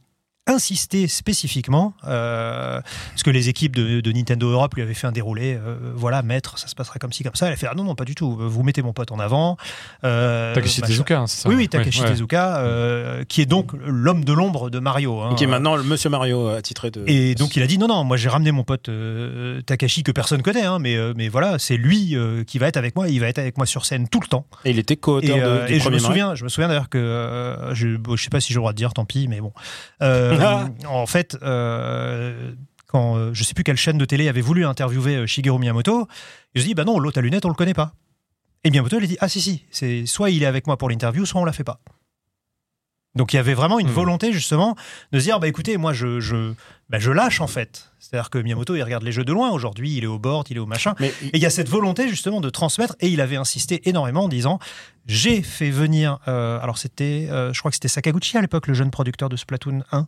insisté spécifiquement, euh, parce que les équipes de, de Nintendo Europe lui avaient fait un déroulé, euh, voilà, maître, ça se passera comme ci, comme ça. Elle a fait, ah non, non, pas du tout, vous mettez mon pote en avant. Euh, Takeshi Tezuka, hein, c'est ça? Oui, oui, Takeshi ouais, Tezuka, euh, qui est donc l'homme de l'ombre de Mario. Hein, qui est maintenant le Monsieur Mario attitré de... Et donc il a dit, non, non, moi j'ai ramené mon pote euh, Takashi, que personne connaît, hein, mais, euh, mais voilà, c'est lui euh, qui va être avec moi, il va être avec moi sur scène tout le temps. Et il était co-auteur et, euh, de, du et premier je me souviens, je me souviens d'ailleurs que, euh, je, bon, je sais pas si j'ai le droit de dire, tant pis, mais bon. Euh, en fait, euh, quand euh, je sais plus quelle chaîne de télé avait voulu interviewer Shigeru Miyamoto, je dis bah non, l'autre à lunettes on le connaît pas. Et Miyamoto il a dit ah si si, c'est soit il est avec moi pour l'interview, soit on la fait pas. Donc il y avait vraiment une mmh. volonté justement de se dire bah écoutez moi je je bah, je lâche en fait. C'est-à-dire que Miyamoto il regarde les jeux de loin aujourd'hui, il est au board, il est au machin. Mais et il y a cette volonté justement de transmettre et il avait insisté énormément en disant j'ai fait venir euh, alors c'était euh, je crois que c'était Sakaguchi à l'époque le jeune producteur de Splatoon un.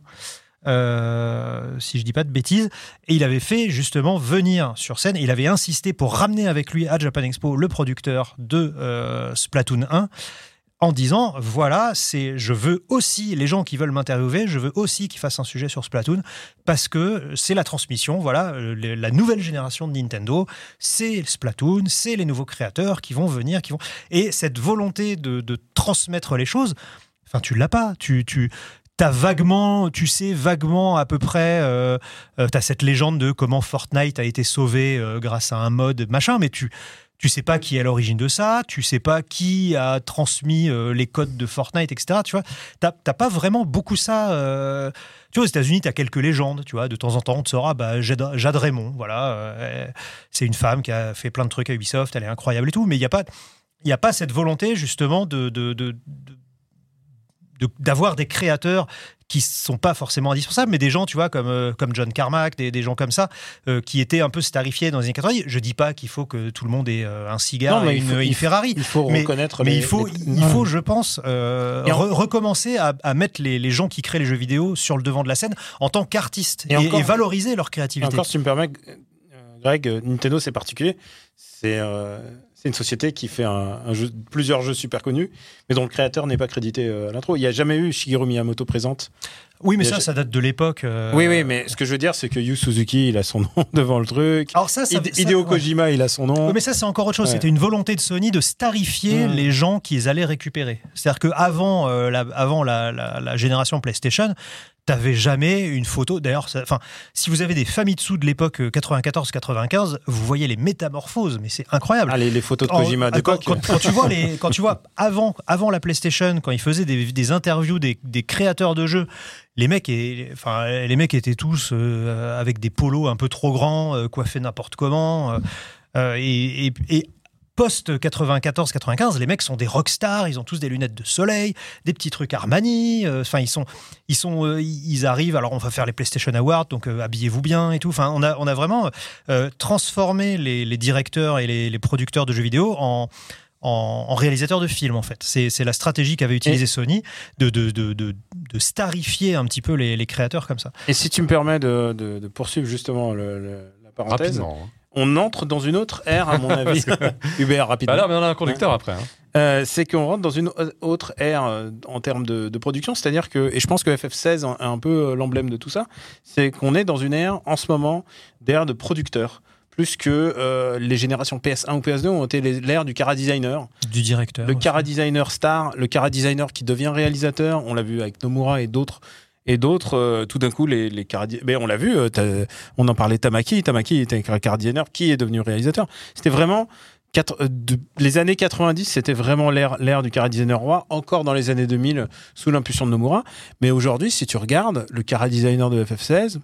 Euh, si je dis pas de bêtises, et il avait fait justement venir sur scène, et il avait insisté pour ramener avec lui à Japan Expo le producteur de euh, Splatoon un, en disant voilà, c'est, je veux aussi, les gens qui veulent m'interviewer, je veux aussi qu'ils fassent un sujet sur Splatoon, parce que c'est la transmission, voilà, le, la nouvelle génération de Nintendo, c'est Splatoon, c'est les nouveaux créateurs qui vont venir, qui vont... et cette volonté de, de transmettre les choses, enfin tu l'as pas, tu... tu T'as vaguement, tu sais vaguement à peu près, euh, euh, t'as cette légende de comment Fortnite a été sauvé euh, grâce à un mode machin, mais tu tu sais pas qui est à l'origine de ça, tu sais pas qui a transmis euh, les codes de Fortnite, et cetera. Tu vois, t'as, t'as pas vraiment beaucoup ça. Euh... Tu vois, aux États-Unis, t'as quelques légendes. Tu vois, de temps en temps, on te saura, bah, Jade, Jade Raymond, voilà, euh, c'est une femme qui a fait plein de trucs à Ubisoft, elle est incroyable et tout, mais il y a pas, il y a pas cette volonté justement de, de, de, de De, d'avoir des créateurs qui sont pas forcément indispensables, mais des gens, tu vois, comme, euh, comme John Carmack, des, des gens comme ça, euh, qui étaient un peu starifiés dans les années quatre-vingt-dix. Je dis pas qu'il faut que tout le monde ait euh, un cigare non, et une, faut, une Ferrari. Il faut mais, reconnaître mais les, il faut, les... il faut, je pense, euh, re- recommencer à, à mettre les, les gens qui créent les jeux vidéo sur le devant de la scène en tant qu'artistes et, et, encore, et valoriser leur créativité. Et encore, si tu me permets, Greg, Nintendo, c'est particulier. C'est... Euh... C'est une société qui fait un, un jeu, plusieurs jeux super connus, mais dont le créateur n'est pas crédité à l'intro. Il n'y a jamais eu Shigeru Miyamoto présente. Oui, mais ça, ça date de l'époque. Euh... Oui, oui, mais ce que je veux dire, c'est que Yu Suzuki, il a son nom devant le truc. Alors ça, ça, Hide- Hideo ça, Kojima, ouais. il a son nom. Oui, mais ça, c'est encore autre chose. Ouais. C'était une volonté de Sony de starifier mmh. les gens qu'ils allaient récupérer. C'est-à-dire qu'avant euh, la, avant la, la, la génération PlayStation, t'avais jamais une photo. D'ailleurs, enfin, si vous avez des Famitsu de l'époque quatre-vingt-quatorze quatre-vingt-quinze, vous voyez les métamorphoses, mais c'est incroyable. Ah, les, les photos de Kojima de quand, quand, quand tu vois les, quand tu vois avant, avant la PlayStation, quand ils faisaient des, des interviews des, des créateurs de jeux, les mecs, et, enfin, les mecs étaient tous euh, avec des polos un peu trop grands, euh, coiffés n'importe comment, euh, et, et, et post quatre-vingt-quatorze quatre-vingt-quinze, les mecs sont des rockstars, ils ont tous des lunettes de soleil, des petits trucs Armani, enfin euh, ils sont ils sont euh, ils arrivent, alors on va faire les PlayStation Awards, donc euh, habillez-vous bien et tout. Enfin, on a on a vraiment euh, transformé les, les directeurs et les, les producteurs de jeux vidéo en En, en réalisateur de films, en fait. C'est, c'est la stratégie qu'avait utilisée Sony de, de, de, de, de starifier un petit peu les, les créateurs comme ça. Et si tu me permets de, de, de poursuivre justement le, le, la parenthèse, rapidement, hein. On entre dans une autre ère, à mon avis. Hubert, rapidement. Bah là, mais on a un conducteur hein. après. Hein. Euh, c'est qu'on rentre dans une autre ère euh, en termes de, de production, c'est-à-dire que, et je pense que F F seize est un peu l'emblème de tout ça, c'est qu'on est dans une ère, en ce moment, d'ère de producteurs. Plus que euh, les générations P S un ou P S deux ont été les, l'ère du Cara Designer. Du directeur. Le Cara Designer star, le Cara Designer qui devient réalisateur. On l'a vu avec Nomura et d'autres. Et d'autres, euh, tout d'un coup, les, les Cara mais on l'a vu, euh, on en parlait Tamaki. Tamaki était un Cara Designer qui est devenu réalisateur. C'était vraiment... Quatre, euh, de, les années quatre-vingt-dix, c'était vraiment l'ère, l'ère du Cara Designer roi, encore dans les années deux mille, sous l'impulsion de Nomura. Mais aujourd'hui, si tu regardes le Cara Designer de F F seize...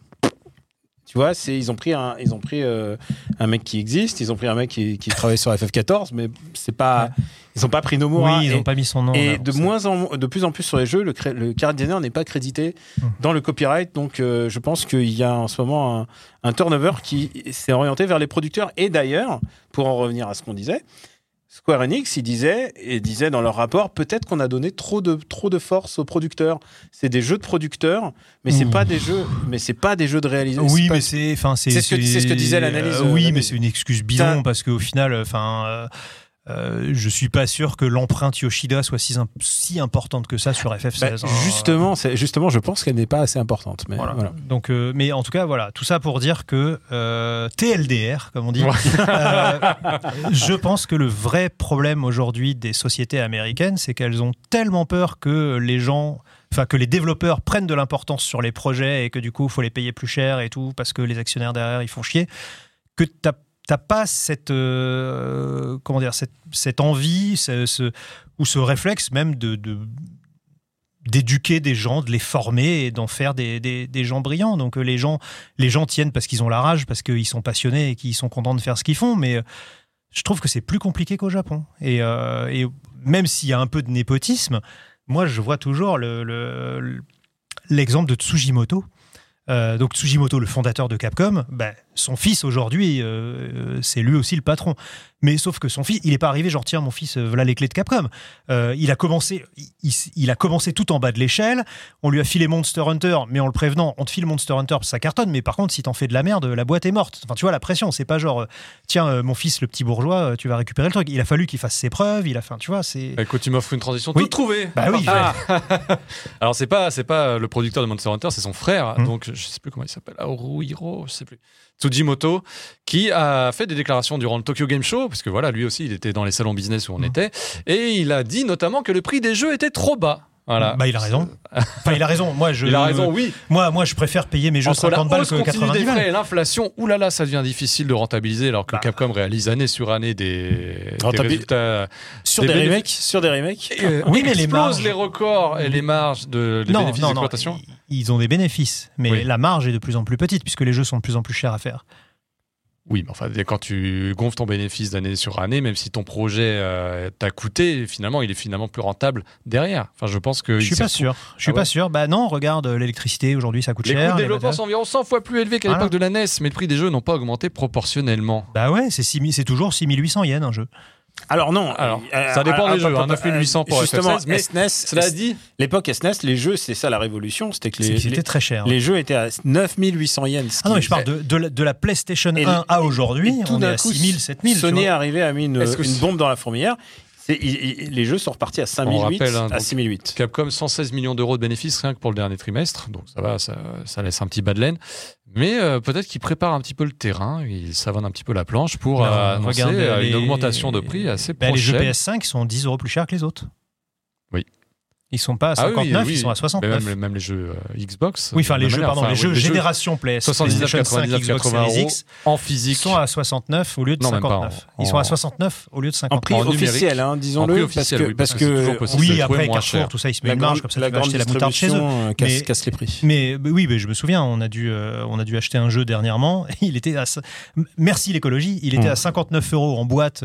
Tu vois, c'est, ils ont pris, un, ils ont pris euh, un mec qui existe, ils ont pris un mec qui, qui travaille sur F F quatorze, mais c'est pas, ouais. Ils n'ont pas pris Nomura. Oui, ils n'ont pas mis son nom. Et là, de, moins en, de plus en plus sur les jeux, le, le Cara Designer n'est pas crédité mmh. dans le copyright. Donc, euh, je pense qu'il y a en ce moment un, un turnover qui s'est orienté vers les producteurs. Et d'ailleurs, pour en revenir à ce qu'on disait, Square Enix, ils disaient, et disaient dans leur rapport, peut-être qu'on a donné trop de, trop de force aux producteurs. C'est des jeux de producteurs, mais c'est mmh. pas des jeux, mais c'est pas des jeux de réalisation. Oui, c'est mais c'est, enfin, c'est, c'est, ce que, c'est ce que disait l'analyse. Euh, oui, l'analyse. mais c'est une excuse bidon parce qu'au final, enfin. Euh, Euh, je suis pas sûr que l'empreinte Yoshida soit si, si importante que ça sur F F seize. Bah, justement, c'est, justement, je pense qu'elle n'est pas assez importante. Mais, voilà. Voilà. Donc, euh, mais en tout cas, voilà, tout ça pour dire que euh, T L D R, comme on dit, euh, je pense que le vrai problème aujourd'hui des sociétés américaines, c'est qu'elles ont tellement peur que les gens, enfin que les développeurs prennent de l'importance sur les projets et que du coup, il faut les payer plus cher et tout parce que les actionnaires derrière, ils font chier, que t'as T'as pas cette, euh, comment dire, cette, cette envie ce, ce, ou ce réflexe même de, de, d'éduquer des gens, de les former et d'en faire des, des, des gens brillants. Donc les gens, les gens tiennent parce qu'ils ont la rage, parce qu'ils sont passionnés et qu'ils sont contents de faire ce qu'ils font. Mais je trouve que c'est plus compliqué qu'au Japon. Et, euh, et même s'il y a un peu de népotisme, moi je vois toujours le, le, l'exemple de Tsujimoto. Euh, donc Tsujimoto, le fondateur de Capcom, bah, son fils aujourd'hui, euh, c'est lui aussi le patron. Mais sauf que son fils, il n'est pas arrivé genre tiens mon fils, euh, voilà les clés de Capcom. Euh, il a commencé, il, il a commencé tout en bas de l'échelle. On lui a filé Monster Hunter, mais en le prévenant, on te file Monster Hunter, ça cartonne. Mais par contre, si t'en fais de la merde, la boîte est morte. Enfin tu vois la pression, c'est pas genre euh, tiens euh, mon fils le petit bourgeois, euh, tu vas récupérer le truc. Il a fallu qu'il fasse ses preuves. Il a fait, tu vois, c'est. Écoute, tu m'offres une transition oui. toute trouvée. Bah oui. Ah. Alors c'est pas c'est pas le producteur de Monster Hunter, c'est son frère. Hum. Donc je sais plus comment il s'appelle, Haruhiro, je sais plus. Tsujimoto, qui a fait des déclarations durant le Tokyo Game Show, parce que voilà, lui aussi, il était dans les salons business où on mmh. était, et il a dit notamment que le prix des jeux était trop bas. Voilà. Bah il a raison. Enfin il a raison. Moi je. Il a raison, oui. Moi moi je préfère payer mes jeux entre cinquante balles que quatre-vingt-dix des frais et l'inflation. Ouh là là, ça devient difficile de rentabiliser alors que bah. Capcom réalise année sur année des, des résultats sur des, des remakes, sur des remakes. Et, euh, oui mais les marges, les records et les marges de les non, bénéfices non, d'exploitation. Non, ils ont des bénéfices, mais oui. la marge est de plus en plus petite puisque les jeux sont de plus en plus chers à faire. Oui, mais enfin, quand tu gonfles ton bénéfice d'année sur année, même si ton projet euh, t'a coûté, finalement, il est finalement plus rentable derrière. Enfin, je pense que. Je suis pas sûr. Je suis ah ouais. pas sûr. Bah non, regarde, l'électricité aujourd'hui, ça coûte les cher. Les coûts de développement sont environ cent fois plus élevés qu'à voilà. l'époque de la N E S, mais le prix des jeux n'ont pas augmenté proportionnellement. Bah ouais, c'est, six mille, c'est toujours six mille huit cents yens un jeu. Alors non, alors, euh, ça dépend euh, des euh, jeux, hein, neuf mille huit cents pour justement, F F seize, mais S N E S, cela dit, l'époque S N E S, les jeux, c'est ça la révolution, c'était que les, c'était les, très cher. Les jeux étaient à neuf mille huit cents yens. Ah non, mais je parle de, de, la, de la PlayStation et un à aujourd'hui, on est à six mille, sept mille. Sony est arrivé à mis une, une bombe dans la fourmilière. C'est, il, il, les jeux sont repartis à cinq mille huit, rappelle, hein, à six mille huit. Capcom, cent seize millions d'euros de bénéfices rien que pour le dernier trimestre, donc ça va, ça, ça laisse un petit bas de laine. Mais euh, peut-être qu'ils préparent un petit peu le terrain, ils savonnent un petit peu la planche pour non, euh, annoncer euh, une les... augmentation de prix assez bah, prochaine. Les jeux P S cinq sont dix euros plus chers que les autres. Oui. Ils sont pas à cinquante-neuf, ah oui, oui, ils sont à soixante-neuf. Même, même les jeux euh, Xbox. Oui, enfin les jeux, manière, pardon, enfin, les jeux les génération P S, soixante-dix-neuf, quatre-vingt-dix-neuf, quatre-vingts euros en physique sont à soixante-neuf au lieu de non, cinquante-neuf. En, ils sont à soixante-neuf au lieu de cinquante-neuf. En prix en officiel, hein, disons-le, parce que, parce que oui, après Carrefour, tout ça, ils se mettent une marge comme ça, tu vas acheter la moutarde chez eux. Casse, casse les prix. Mais oui, mais je me souviens, on a dû, on a dû acheter un jeu dernièrement. Il était à, merci l'écologie, il était à cinquante-neuf euros en boîte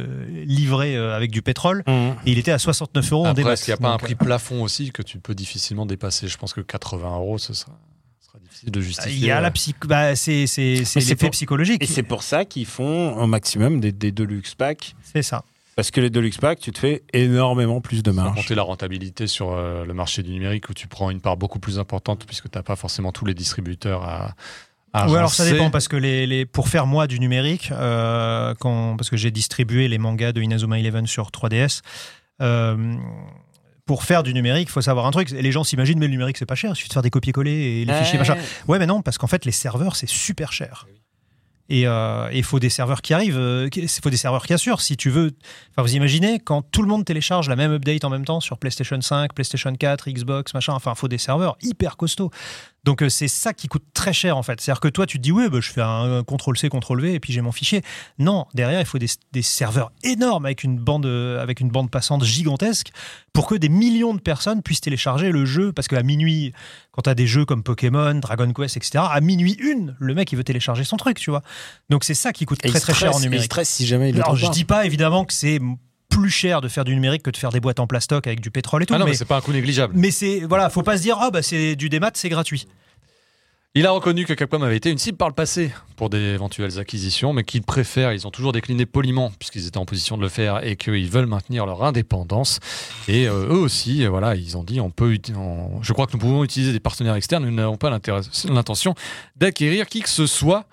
livré avec du pétrole, et il était à soixante-neuf euros en débat. Est-ce qu'il n'y a pas un prix plafond aussi que tu peux difficilement passer. Je pense que quatre-vingts euros, ce sera, ce sera difficile de justifier. Il y a la psy... bah, c'est, c'est, c'est l'effet pour... psychologique. Et c'est pour ça qu'ils font au maximum des, des Deluxe Packs. C'est ça. Parce que les Deluxe Packs, tu te fais énormément plus de marge. Sans compter la rentabilité sur euh, le marché du numérique où tu prends une part beaucoup plus importante puisque tu n'as pas forcément tous les distributeurs à... Ah, oui, alors ça dépend parce que les, les, pour faire moi du numérique, euh, quand, parce que j'ai distribué les mangas de Inazuma Eleven sur trois D S, euh, pour faire du numérique, il faut savoir un truc. Les gens s'imaginent, mais le numérique, c'est pas cher. Il suffit de faire des copier-coller et les ouais. fichiers, machin. Ouais, mais non, parce qu'en fait, les serveurs, c'est super cher. Et il euh, faut des serveurs qui arrivent, il euh, faut des serveurs qui assurent. Si tu veux, enfin, vous imaginez, quand tout le monde télécharge la même update en même temps sur PlayStation cinq, PlayStation quatre, Xbox, machin, enfin, il faut des serveurs hyper costauds. Donc euh, c'est ça qui coûte très cher en fait. C'est-à-dire que toi tu te dis ouais bah, je fais un, un contrôle C, contrôle V et puis j'ai mon fichier. Non, derrière il faut des, des serveurs énormes avec une bande euh, avec une bande passante gigantesque pour que des millions de personnes puissent télécharger le jeu. Parce qu'à minuit, quand tu as des jeux comme Pokémon, Dragon Quest, et cetera, à minuit une, le mec il veut télécharger son truc, tu vois. Donc c'est ça qui coûte et très très stresse, cher en numérique. Il stresse si jamais il le Alors trouve je pas. dis pas évidemment que c'est plus cher de faire du numérique que de faire des boîtes en plastoc avec du pétrole et tout. Ah non, mais, mais c'est pas un coût négligeable. Mais c'est voilà, faut pas se dire ah bah c'est du démat, c'est gratuit. Il a reconnu que Capcom avait été une cible par le passé pour d'éventuelles acquisitions, mais qu'ils préfèrent, ils ont toujours décliné poliment, puisqu'ils étaient en position de le faire, et qu'ils veulent maintenir leur indépendance. Et euh, eux aussi, voilà, ils ont dit, on peut, on, je crois que nous pouvons utiliser des partenaires externes, nous n'avons pas l'intention d'acquérir qui que ce soit.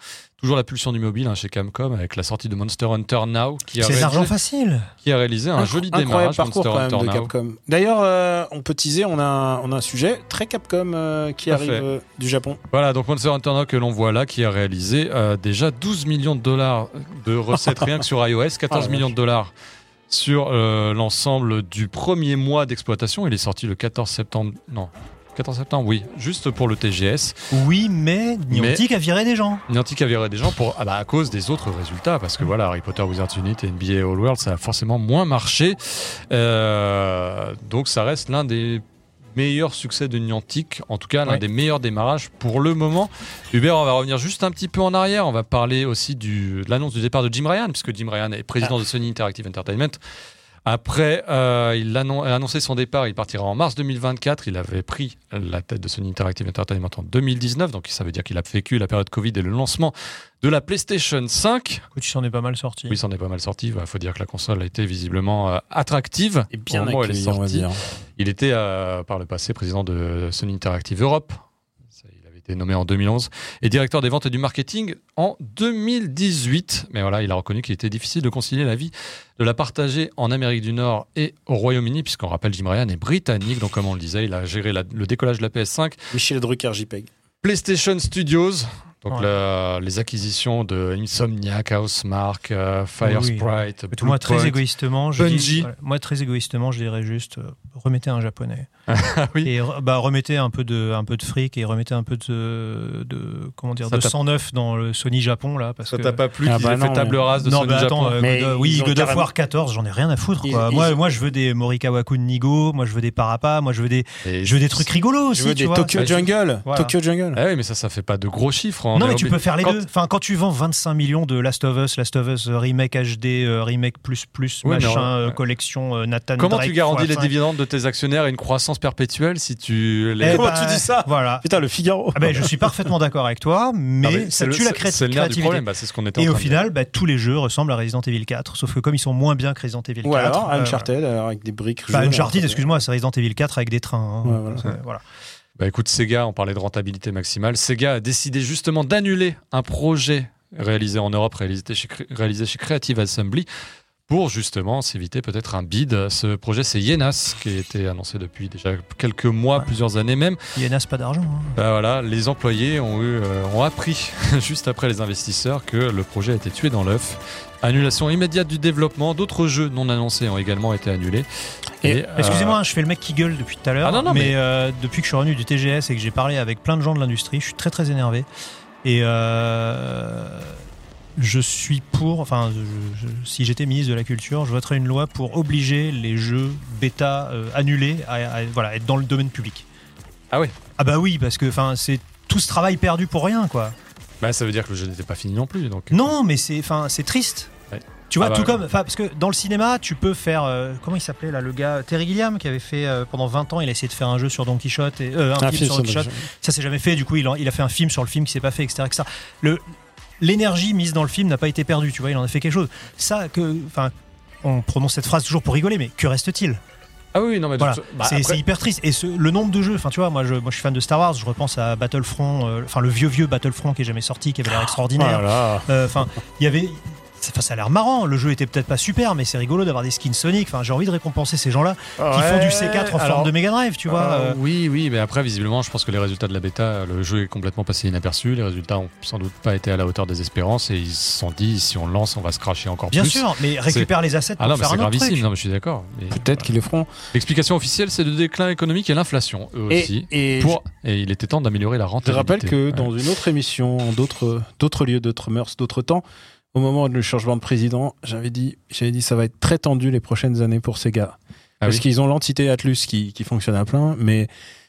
toujours la pulsion du mobile hein, chez Capcom avec la sortie de Monster Hunter Now qui a, c'est réalisé, argent facile. qui a réalisé un Inc- joli incroyable démarrage parcours Monster quand même Hunter de Now. Capcom. D'ailleurs, euh, on peut teaser, on a un, on a un sujet très Capcom euh, qui Tout à arrive fait. euh, du Japon. Voilà, donc Monster Hunter Now que l'on voit là, qui a réalisé euh, déjà douze millions de dollars de recettes rien que sur iOS, quatorze Ah, millions de dollars sur euh, l'ensemble du premier mois d'exploitation. Il est sorti le quatorze septembre. Non, quatorze septembre, oui, juste pour le T G S. Oui, mais Niantic Mais- a viré des gens. Niantic a viré des gens pour, ah bah, à cause des autres résultats, parce que voilà, Harry Potter Wizards Unite et N B A All World, ça a forcément moins marché. Euh, donc ça reste l'un des meilleurs succès de Niantic, en tout cas l'un Ouais. des meilleurs démarrages pour le moment. Hubert, on va revenir juste un petit peu en arrière, on va parler aussi du, de l'annonce du départ de Jim Ryan, puisque Jim Ryan est président de Sony Interactive Entertainment. Après, euh, il a annoncé son départ, il partira en mars deux mille vingt-quatre. Il avait pris la tête de Sony Interactive Entertainment en deux mille dix-neuf, donc ça veut dire qu'il a vécu la période Covid et le lancement de la PlayStation cinq. Écoute, tu s'en es pas mal sorti. Oui, ça en est pas mal sorti. Il faut dire que la console a été visiblement euh, attractive. Et bien au moment où elle est accueilli, on va sortie. dire. Il était euh, par le passé président de Sony Interactive Europe. Ça, il avait été nommé en deux mille onze. Et directeur des ventes et du marketing en deux mille dix-huit. Mais voilà, il a reconnu qu'il était difficile de concilier la vie, de la partager en Amérique du Nord et au Royaume-Uni, puisqu'on rappelle, Jim Ryan est britannique. Donc, comme on le disait, il a géré la- le décollage de la P S cinq. Michel Drucker JPEG. PlayStation Studios. Donc Ouais. la- les acquisitions de Insomniac, Housemarque, euh, Firesprite, Écoute, moi, très Bluepoint. égoïstement, je dis, Bungie. voilà, moi, très égoïstement, je dirais juste euh, remettez un japonais. Ah oui. Et re- bah, remettez un peu de, un peu de fric et remettez un peu de, de comment dire, Ça de t'a- sang neuf dans le Sony Japon là, parce Ça que t'a pas plu Ah qu'ils bah aient fait non, table mais- rase de non, Sony mais Japon attends, euh, Mais God- ils oui, ont God of carrément- War quatorze, j'en ai rien à foutre. Ils- Quoi. ils moi, ont- moi, je veux des Morikawa Kun Nigo, moi, je veux des Parappa, moi, je veux des, Et je veux des trucs rigolos aussi. Je veux tu des vois. Tokyo Ouais, je- Jungle. Voilà. Tokyo Jungle. Ah oui, mais ça, ça fait pas de gros chiffres. On Non, est mais tu obli- peux faire les Quand- deux. Enfin, quand tu vends vingt-cinq millions de Last of Us, Last of Us euh, remake H D, euh, remake plus plus, Oui, mais machin, on- euh, ouais. collection euh, Nathan Comment Drake tu garantis fois les cinq. dividendes de tes actionnaires et une croissance perpétuelle si tu les... Eh Comment ben, tu dis ça Voilà. Putain, le Figaro. Ah ben, je suis parfaitement d'accord avec toi, mais, Ah, mais ça c'est le- tue la c'est- cré- c'est le nerf du créativité. problème, bah, c'est ce qu'on était en Et au train de final, bah, tous les jeux ressemblent à Resident Evil quatre, sauf que comme ils sont moins bien que Resident Evil Ou quatre. alors euh, Uncharted alors, avec des briques Bah, jaunes. Uncharted, alors, excuse-moi, c'est Resident Evil quatre avec des trains. hein. Ouais, voilà. C'est- voilà. Bah écoute, Sega, on parlait de rentabilité maximale. Sega a décidé justement d'annuler un projet réalisé en Europe, réalisé chez, réalisé chez Creative Assembly, pour justement s'éviter peut-être un bid. Ce projet, c'est Yenas, qui a été annoncé depuis déjà quelques mois, Ouais. plusieurs années même. Yenas, pas d'argent. hein. Bah voilà, les employés ont, eu, euh, ont appris, juste après les investisseurs, que le projet a été tué dans l'œuf. Annulation immédiate du développement. D'autres jeux non annoncés ont également été annulés. Et, euh, Excusez-moi, hein, je fais le mec qui gueule depuis tout à l'heure. Ah non, non, mais mais- euh, depuis que je suis revenu du T G S et que j'ai parlé avec plein de gens de l'industrie, je suis très très énervé. Et euh, je suis pour, enfin, je- je- si j'étais ministre de la Culture, je voterais une loi pour obliger les jeux bêta euh, annulés à, à- voilà, être dans le domaine public. Ah ouais. Ah bah oui, parce que enfin, c'est tout ce travail perdu pour rien, quoi. Bah, ça veut dire que le jeu n'était pas fini non plus. Donc... Non, mais c'est, enfin, c'est triste. Ouais. Tu vois, Ah bah, tout ouais. comme, enfin, parce que dans le cinéma, tu peux faire, euh, comment il s'appelait là, le gars Terry Gilliam qui avait fait euh, pendant vingt ans, il a essayé de faire un jeu sur Don Quichotte et euh, un, Un film, film sur sur Don Quichotte. Don Ça s'est jamais fait. Du coup, il a, il a fait un film sur le film qui s'est pas fait, et cetera, et cetera. Le, l'énergie mise dans le film n'a pas été perdue. Tu vois, il en a fait quelque chose. Ça, que, enfin, on prononce cette phrase toujours pour rigoler, mais que reste-t-il? Ah oui, non, mais de Voilà, toute- bah, c'est, après- c'est hyper triste. Et ce, le nombre de jeux, enfin tu vois, moi je, moi je suis fan de Star Wars, je repense à Battlefront, euh, enfin le vieux vieux Battlefront qui est jamais sorti, qui avait l'air extraordinaire. Voilà. Euh, Enfin, il y avait, enfin ça a l'air marrant. Le jeu était peut-être pas super, mais c'est rigolo d'avoir des skins Sonic. Enfin, j'ai envie de récompenser ces gens-là qui font du C quatre en alors, forme de Mega Drive, tu vois. Euh, euh. oui, oui, mais après, visiblement, je pense que les résultats de la bêta, le jeu est complètement passé inaperçu. Les résultats ont sans doute pas été à la hauteur des espérances et ils se sont dit, si on le lance, on va se cracher encore Bien plus. sûr, mais récupère les assets pour Ah non, mais faire c'est un autre gravissime. truc. Non, mais je suis d'accord. Mais Peut-être qu'ils le feront. l'explication officielle, c'est le déclin économique et l'inflation, eux aussi. Et, et Pour... Et il était temps d'améliorer la je rentabilité. rappelle que Ouais. dans une autre émission, en d'autres, d'autres lieux, d'autres mœurs, d'autres temps, au moment du changement de président, j'avais dit, j'avais dit ça va être très tendu les prochaines années pour Sega. Ah Parce oui. qu'ils ont l'entité Atlus qui, qui fonctionne à plein, mais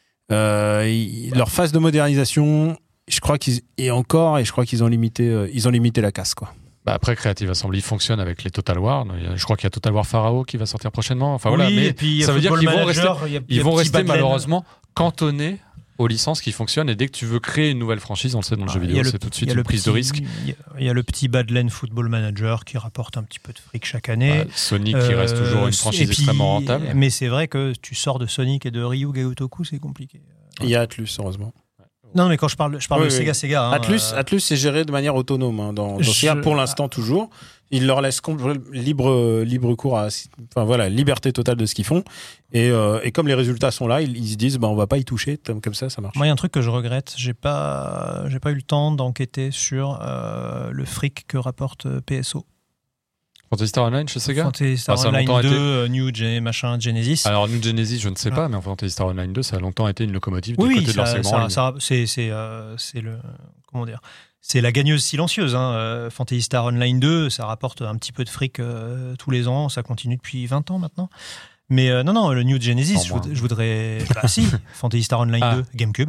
euh, ils- leur phase de modernisation, je crois qu'ils et encore, et je crois qu'ils ont limité, euh, ils ont limité la casse, quoi. Bah après, Creative Assembly fonctionne avec les Total War. Je crois qu'il y a Total War Pharaoh qui va sortir prochainement. Enfin voilà, Oui, mais et puis, il y a ça veut dire Football qu'ils vont rester, Manager, il y a- il y ils a vont Petit rester Badland. malheureusement cantonnés aux licences qui fonctionnent. Et dès que tu veux créer une nouvelle franchise, on le sait dans le Ah, jeu il y a vidéo, le- c'est tout de il suite y a une le prise de petit- risque. Il y a- il y a le petit Badland Football Manager qui rapporte un petit peu de fric chaque année. Ouais, Sonic qui reste toujours une Euh, franchise et puis- extrêmement rentable. Mais c'est vrai que tu sors de Sonic et de Ryu Ga Gotoku, c'est compliqué. Il y a Atlus, heureusement. Non, mais quand je parle, je parle oui, de oui. Sega, Sega. Hein, Atlus, euh... Atlus est géré de manière autonome hein, dans, dans je... Sega pour l'instant toujours. Ils leur laissent libre, libre cours à, enfin voilà, liberté totale de ce qu'ils font. Et, euh, et comme les résultats sont là, ils, ils se disent, bah, on va pas y toucher. Comme ça, ça marche. Moi, il y a un truc que je regrette. J'ai pas, j'ai pas eu le temps d'enquêter sur euh, le fric que rapporte P S O. Phantasy Star Online chez Sega Phantasy Star ah, Online deux, été... New Gen, machin, Genesis. Alors, New Genesis, je ne sais ah. pas, mais en Phantasy Star Online deux, ça a longtemps été une locomotive oui, du côté ça, de leur segment. Ça, ça, c'est, c'est, euh, c'est le. Comment dire C'est la gagneuse silencieuse. Hein. Euh, Phantasy Star Online deux, ça rapporte un petit peu de fric euh, tous les ans. Ça continue depuis vingt ans maintenant. Mais euh, non, non, le New Genesis, je, voud- je voudrais. Bah si, Phantasy Star Online ah. deux, GameCube.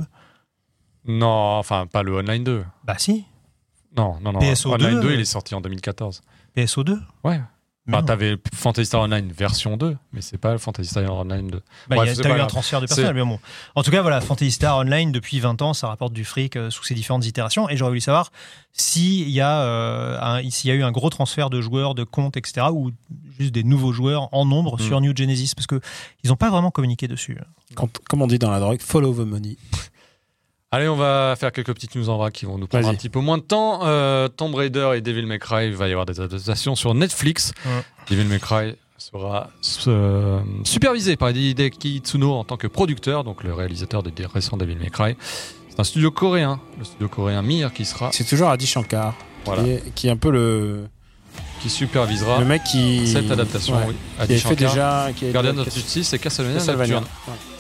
Non, enfin, pas le Online deux. Bah si. Non, non, non. P S O Online deux, deux, il est sorti en deux mille quatorze. P S O deux Ouais. Enfin, t'avais Phantasy Star Online version deux, mais c'est pas le Phantasy Star Online deux. Bah, Bref, y a, t'as eu un transfert de personnel, mais bon. En tout cas, voilà, Phantasy Star Online, depuis vingt ans, ça rapporte du fric euh, sous ses différentes itérations. Et j'aurais voulu savoir s'il y, euh, s'il y a eu un gros transfert de joueurs, de comptes, et cetera, ou juste des nouveaux joueurs en nombre mmh. sur New Genesis, parce qu'ils n'ont pas vraiment communiqué dessus. Quand, comme on dit dans la drogue, follow the money. Allez, on va faire quelques petites news en vrac qui vont nous prendre Vas-y. un petit peu moins de temps. Euh, Tomb Raider et Devil May Cry, il va y avoir des adaptations sur Netflix. Ouais. Devil May Cry sera euh, supervisé par Hideki Itsuno en tant que producteur, donc le réalisateur des récents Devil May Cry. C'est un studio coréen, le studio coréen Mir, qui sera... C'est toujours Adi Shankar, voilà. qui, est, qui est un peu le... qui supervisera le mec qui... cette adaptation. Ouais. Oui. Adi Shankar, fait déjà... Qui Guardian of Justice et Castlevania. Castlevania. Ouais.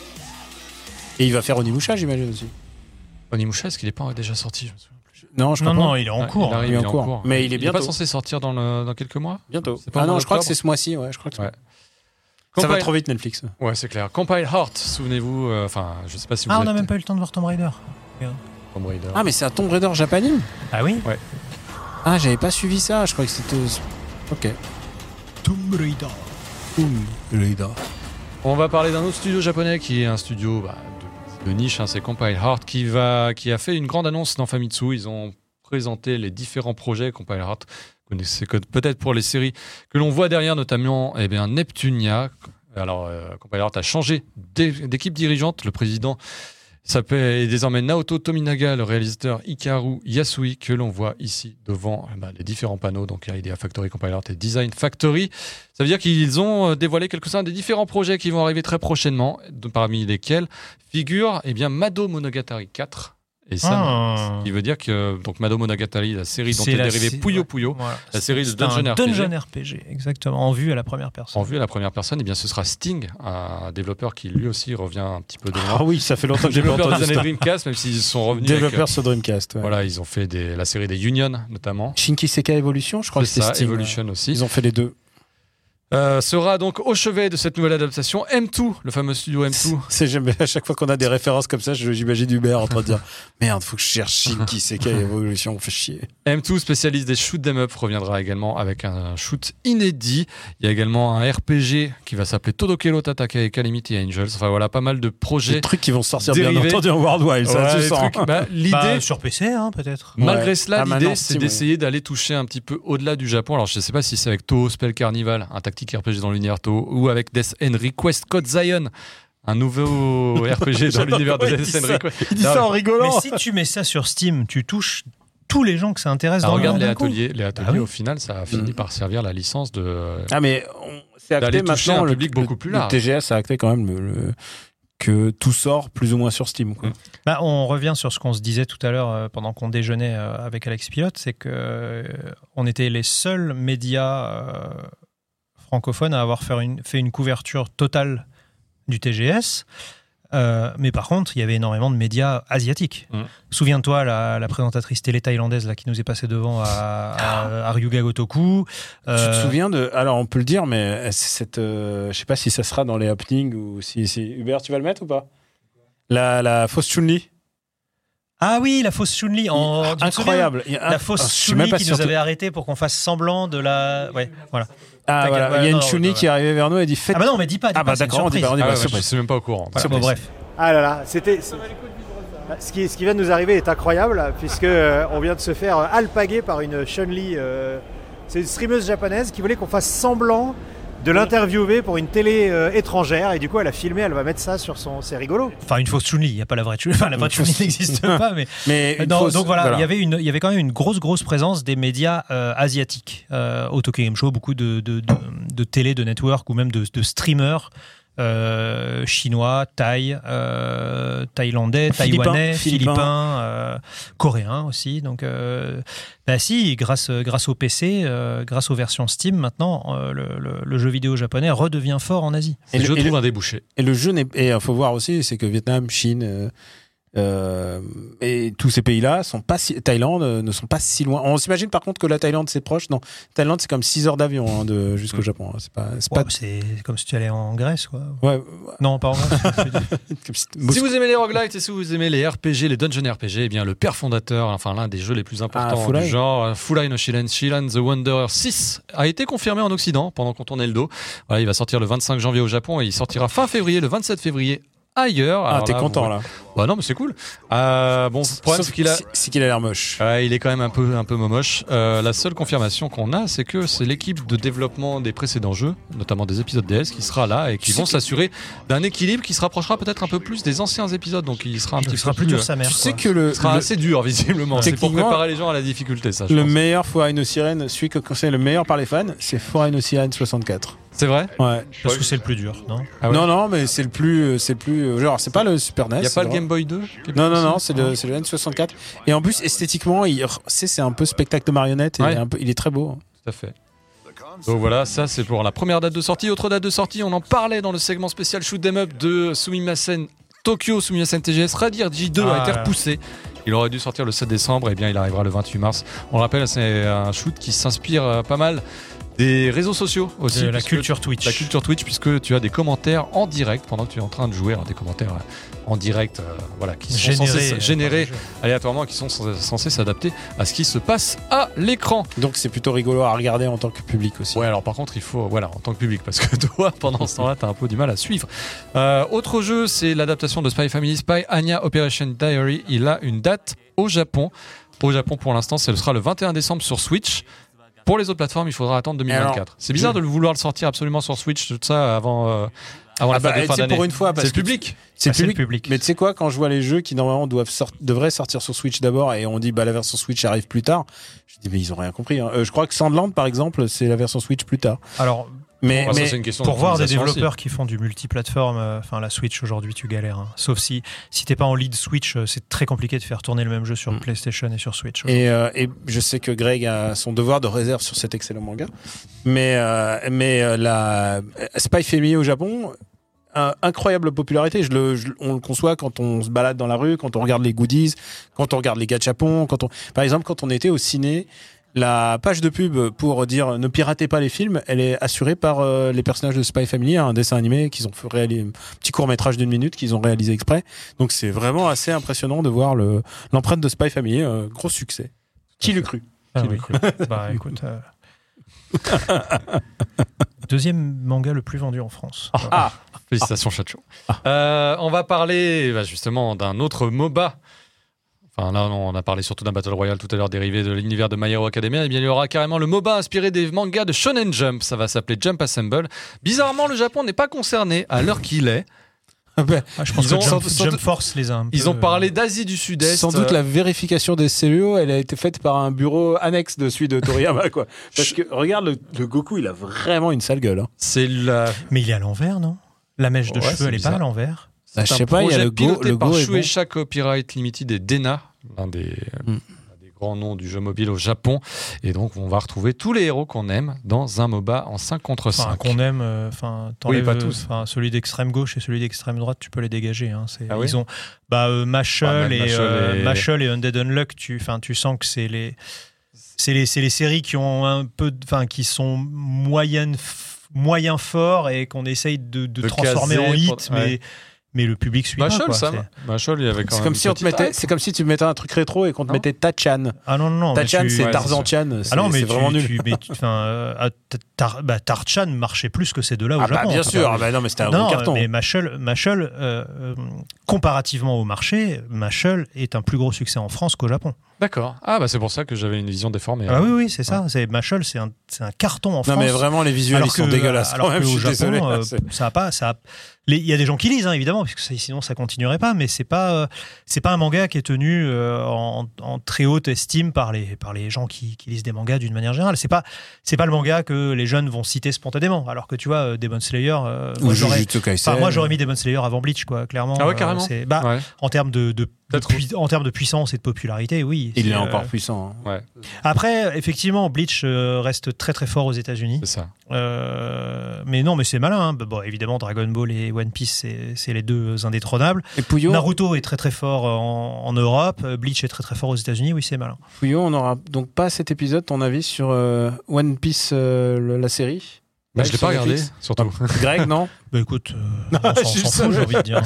Et il va faire Onimusha, j'imagine aussi. Onimusha, est-ce qu'il n'est pas déjà sorti? Je me souviens plus. Non, je non, crois non, pas. il est en cours. Il, arrive, il est en il est cours. En cours. Mais il est bientôt. Il n'est pas censé sortir dans, le, dans quelques mois? Bientôt. C'est pas ah non, je octobre. crois que c'est ce mois-ci. Ouais, je crois que ouais. Ça Compile... va trop vite, Netflix. Ouais, c'est clair. Compile Heart, souvenez-vous. Enfin, euh, je sais pas si vous Ah, êtes... on n'a même pas eu le temps de voir Tomb Raider. Tomb Raider. Ah, mais c'est un Tomb Raider japonais? Ah oui? Ouais. Ah, j'avais pas suivi ça. Je croyais que c'était... Ok. Tomb Raider. Tomb Raider. On va parler d'un autre studio japonais qui est un studio... Bah, de niche, hein, c'est Compile Heart qui, va, qui a fait une grande annonce dans Famitsu. Ils ont présenté les différents projets Compile Heart. C'est peut-être pour les séries que l'on voit derrière, notamment eh bien, Neptunia. Alors, euh, Compile Heart a changé d'équipe dirigeante. Le président s'appelle désormais Naoto Tominaga, le réalisateur Hikaru Yasui, que l'on voit ici devant bah, les différents panneaux. Donc, Idea Factory, Compile Heart et Design Factory. Ça veut dire qu'ils ont dévoilé quelques-uns des différents projets qui vont arriver très prochainement, parmi lesquels figure eh bien, Mado Monogatari quatre. Et ça, ah. ce qui veut dire que donc Mado Monogatari, la série dont c'est est dérivée si... Puyo Puyo, ouais. voilà. la série c'est de Dungeon R P G. Dungeon R P G, exactement, en vue à la première personne. En vue à la première personne, eh bien, ce sera Sting, un développeur qui lui aussi revient un petit peu de loin. Ah oui, ça fait longtemps que j'ai pas entendu développeur des années Dreamcast, même s'ils sont revenus. Développeur avec, sur Dreamcast. Ouais. Voilà, ils ont fait des, la série des Union notamment. Shinki Sekai Evolution, je crois c'est que c'est ça, Sting. Evolution aussi. Ils ont fait les deux. Euh, sera donc au chevet de cette nouvelle adaptation M deux, le fameux studio M deux. C'est, j'aime à chaque fois qu'on a des références comme ça, j'imagine Hubert en train de dire merde, faut que je cherche Shinki Sekai Evolution, on fait chier. M deux, spécialiste des shoot 'em up, reviendra également avec un shoot inédit. Il y a également un R P G qui va s'appeler Todokero Tatake Calamity Angels. Enfin voilà, pas mal de projets. Des trucs qui vont sortir dérivés. bien entendu en World Wild, ça ouais, tu sens. Trucs, bah, l'idée bah, sur P C hein, peut-être. Malgré ouais. cela, ah, l'idée c'est si, d'essayer ouais. d'aller toucher un petit peu au-delà du Japon. Alors je sais pas si c'est avec Toho Spell Carnival, un tactique R P G dans l'univers Toho, ou avec Death End Request Code Zion, un nouveau R P G dans l'univers de Death End Request. Il dit ça en rigolant. Mais si tu mets ça sur Steam, tu touches tous les gens que ça intéresse. Alors dans regarde le les ateliers, les ateliers ah oui. au final, ça a fini mmh. par servir la licence de. Ah mais on, c'est acté maintenant un le public beaucoup plus large. Le T G S a acté quand même le, le, que tout sort plus ou moins sur Steam. Quoi. Mmh. Bah, on revient sur ce qu'on se disait tout à l'heure euh, pendant qu'on déjeunait euh, avec Alex Pilote, c'est que euh, on était les seuls médias euh, francophones à avoir fait une, fait une couverture totale du T G S. Euh, mais par contre, il y avait énormément de médias asiatiques. Mmh. Souviens-toi, la, la présentatrice télé thaïlandaise là, qui nous est passée devant à, à, à Ryuga Gotoku. Euh... Tu te souviens de... Alors, on peut le dire, mais cette, euh, je sais pas si ça sera dans les happenings ou si... si... Hubert, tu vas le mettre ou pas? La, la fausse Chun-Li. Ah oui, la fausse Chun-Li. En... Incroyable. La a... fausse ah, Chun-Li qui nous avait arrêté pour qu'on fasse semblant de la... Ouais, voilà. Ah voilà, voilà, il y a une Chun-Li ouais, qui est arrivée vers nous et dit faites... Ah bah non, mais dis pas, dis ah bah pas, d'accord, on dit pas, on dit ah pas, ouais, je suis même pas au courant. Voilà, bon, bref. Ah là là, c'était... Ce qui, ce qui vient de nous arriver est incroyable puisque euh, on vient de se faire alpaguer par une Chun-Li. Euh, c'est une streameuse japonaise qui voulait qu'on fasse semblant de l'interviewer pour une télé euh, étrangère et du coup elle a filmé, elle va mettre ça sur son... C'est rigolo. Enfin une fausse Chun-Li, il n'y a pas la vraie Chun-Li, enfin la vraie Chun-Li n'existe pas mais, mais non, fausse, donc voilà, voilà. il y avait une, il y avait quand même une grosse grosse présence des médias euh, asiatiques euh, au Tokyo Game Show, beaucoup de, de, de, de télé, de network ou même de, de streamers Euh, chinois, thaï, euh, thaïlandais, Philippins, taïwanais, Philippins, philippins, euh, coréens aussi. Donc, euh, bah si, grâce grâce au P C, euh, grâce aux versions Steam, maintenant euh, le, le, le jeu vidéo japonais redevient fort en Asie. Et, et le, je trouve le, un débouché. Et le jeu n'est, et il faut voir aussi, c'est que Vietnam, Chine. Euh, Euh, et tous ces pays-là sont pas si, Thaïlande euh, ne sont pas si loin. On s'imagine par contre que la Thaïlande c'est proche. Non, Thaïlande c'est comme six heures d'avion hein, de jusqu'au mmh. Japon. Hein. C'est pas, c'est, ouais, pas... c'est comme si tu allais en Grèce, quoi. Ouais. Non, pas en Grèce. Si vous aimez les roguelites et si vous aimez les R P G, les dungeon R P G, eh bien le père fondateur, enfin l'un des jeux les plus importants ah, du genre, Furai no Shiren, Shiren the Wanderer six, a été confirmé en Occident pendant qu'on tournait le dos. Voilà, il va sortir le vingt-cinq janvier au Japon et il sortira fin février, le vingt-sept février. Ailleurs. Ah, alors t'es là, content vous... là. Bah non, mais c'est cool. Euh, bon, le problème, Sauf c'est qu'il a, c'est qu'il a l'air moche. Euh, il est quand même un peu, un peu moche. Euh, la seule confirmation qu'on a, c'est que c'est l'équipe de développement des précédents jeux, notamment des épisodes D S, qui sera là et qui vont s'assurer d'un équilibre qui se rapprochera peut-être un peu plus des anciens épisodes. Donc il sera un petit peu plus dur sa mère. Tu sais que le il sera le... assez dur visiblement. C'est pour préparer les gens à la difficulté, ça. Le pense. meilleur Furai no Shiren, celui que conseille le meilleur par les fans, c'est Furai no Shiren soixante-quatre. C'est vrai ? Ouais. Parce que c'est le plus dur, non ? Ah ouais. Non, non, mais c'est le plus, c'est le plus, genre, c'est pas le Super N E S. Il y a pas le Game Boy deux ? Non, non, non, c'est le, c'est le N soixante-quatre. Et en plus, esthétiquement, il, c'est, c'est un peu spectacle de marionnette. Et ouais. un peu, il est très beau. Tout à fait. Donc voilà, ça c'est pour la première date de sortie. Autre date de sortie, on en parlait dans le segment spécial Shoot 'em Up de Sumimasen Tokyo, Sumimasen T G S. Radir J deux ah, a été repoussé. Il aurait dû sortir le sept décembre, et bien il arrivera le vingt-huit mars. On le rappelle, c'est un shoot qui s'inspire pas mal des réseaux sociaux aussi. De la culture Twitch. La culture Twitch, puisque tu as des commentaires en direct pendant que tu es en train de jouer. Alors des commentaires en direct euh, voilà, qui sont Généré, censés, générés aléatoirement, qui sont censés s'adapter à ce qui se passe à l'écran. Donc c'est plutôt rigolo à regarder en tant que public aussi. Ouais, alors par contre, il faut, voilà, en tant que public, parce que toi, pendant ce temps-là, tu as un peu du mal à suivre. Euh, autre jeu, c'est l'adaptation de Spy Family, Spy Anya Operation Diary. Il a une date au Japon. Au Japon, pour l'instant, ce sera le vingt et un décembre sur Switch. Pour les autres plateformes, il faudra attendre deux mille vingt-quatre. Alors, c'est bizarre je... de vouloir le sortir absolument sur Switch, tout ça, avant, euh, avant ah la bah, fin, fin d'année. Pour une fois, parce c'est le public. C'est, ah, le public. c'est le public. Mais tu sais quoi, quand je vois les jeux qui normalement doivent sort... devraient sortir sur Switch d'abord et on dit bah la version Switch arrive plus tard, je dis mais ils ont rien compris. Hein. Euh, je crois que Sandland par exemple, c'est la version Switch plus tard. Alors. Mais, bon, mais ça, c'est pour voir des développeurs aussi qui font du multiplateforme, enfin euh, la Switch aujourd'hui tu galères. Hein. Sauf si si t'es pas en lead Switch, euh, c'est très compliqué de faire tourner le même jeu sur mm. PlayStation et sur Switch. Et, euh, et je sais que Greg a son devoir de réserve sur cet excellent manga, mais euh, mais euh, la Spy Family au Japon. Euh, incroyable popularité, je le, je, on le conçoit quand on se balade dans la rue, quand on regarde les goodies, quand on regarde les gachapons, quand on, par exemple quand on était au ciné. La page de pub pour dire ne piratez pas les films, elle est assurée par euh, les personnages de Spy Family, un dessin animé qu'ils ont fait réaliser, un petit court métrage d'une minute qu'ils ont réalisé exprès. Donc c'est vraiment assez impressionnant de voir le, l'empreinte de Spy Family, euh, gros succès. Qui l'eût cru ah, Qui oui. l'eût cru Bah écoute, euh... deuxième manga le plus vendu en France. Ah, ah félicitations ah. Chacho. Ah. Euh, on va parler bah, justement d'un autre MOBA. Enfin là on a parlé surtout d'un Battle Royale tout à l'heure dérivé de l'univers de My Hero Academia. Et bien il y aura carrément le MOBA inspiré des mangas de Shonen Jump. Ça va s'appeler Jump Assemble. Bizarrement le Japon n'est pas concerné à l'heure qu'il est. Ah, je pense ils que ont, Jump, Jump Force les a un peu... Ils ont parlé d'Asie du Sud-Est. Sans doute la vérification des C E O, elle a été faite par un bureau annexe de celui de Toriyama, quoi. Parce que regarde le, le Goku, il a vraiment une sale gueule. Hein. C'est la... Mais il est à l'envers, non ? La mèche de ouais, cheveux, elle est pas à l'envers. Ah, je sais pas, il y a le go, piloté le par go Shueisha bon. Copyright Limited et Dena, l'un des, mm. des grands noms du jeu mobile au Japon. Et donc, on va retrouver tous les héros qu'on aime dans un MOBA en cinq contre cinq. Enfin, qu'on aime, enfin, euh, oui, pas tous. Euh, celui d'extrême gauche et celui d'extrême droite, tu peux les dégager. Hein, c'est, ah oui ils ont bah, euh, Mashal ah, et, euh, et... Mashal et Undead Unluck. Tu, tu sens que c'est les, c'est les, c'est les séries qui ont un peu, enfin, qui sont moyennes, moyen fort et qu'on essaye de, de, de transformer en hit, pour... mais. Ouais. Mais le public suit Machol, pas, quoi. Ça, Machol, il y avait quand c'est même comme si on te mettait, c'est comme si tu mettais un truc rétro et qu'on te non. mettait Tachan. Ah non, non, Tachan, tu... c'est ouais, Tarzan-chan. Ah non, mais c'est tu, vraiment nul. Tu, mais tu, euh, tar, bah, Tarzan marchait plus que ces deux-là au ah Japon. Bah, bien sûr, ah bah non, mais c'était un non, gros carton. Mais Machol, Machol euh, euh, comparativement au marché, Machol est un plus gros succès en France qu'au Japon. D'accord. Ah bah c'est pour ça que j'avais une vision déformée. Ah oui oui c'est ça. Ouais. C'est Mashle, c'est un c'est un carton en France. Non mais vraiment les visuels ils sont dégueulasses. Alors qu'au Japon, désolé, euh, ça a pas ça. Il y a des gens qui lisent hein, évidemment puisque ça, sinon ça continuerait pas. Mais c'est pas euh, c'est pas un manga qui est tenu euh, en, en très haute estime par les par les gens qui, qui lisent des mangas d'une manière générale. C'est pas c'est pas le manga que les jeunes vont citer spontanément. Alors que tu vois euh, Demon Slayer. Euh, Ou Jujutsu Kaisen. Enfin, moi j'aurais mis Demon Slayer avant Bleach quoi clairement. Ah ouais carrément. Euh, c'est, bah, ouais. En termes de, de De pui- en termes de puissance et de popularité, oui. Il est euh... encore puissant. Hein. Ouais. Après, effectivement, Bleach euh, reste très très fort aux États-Unis. C'est ça. Euh, mais non, mais c'est malin. Hein. Bon, évidemment, Dragon Ball et One Piece, c'est, c'est les deux indétrônables. Et Puyo, Naruto est très très fort en, en Europe. Bleach est très très fort aux États-Unis. Oui, c'est malin. Puyo, on n'aura donc pas cet épisode. Ton avis sur euh, One Piece, euh, le, la série? Bah, je l'ai pas regardé, surtout. Greg, non? Bah écoute, euh, on s'en, s'en fout, j'ai envie de dire.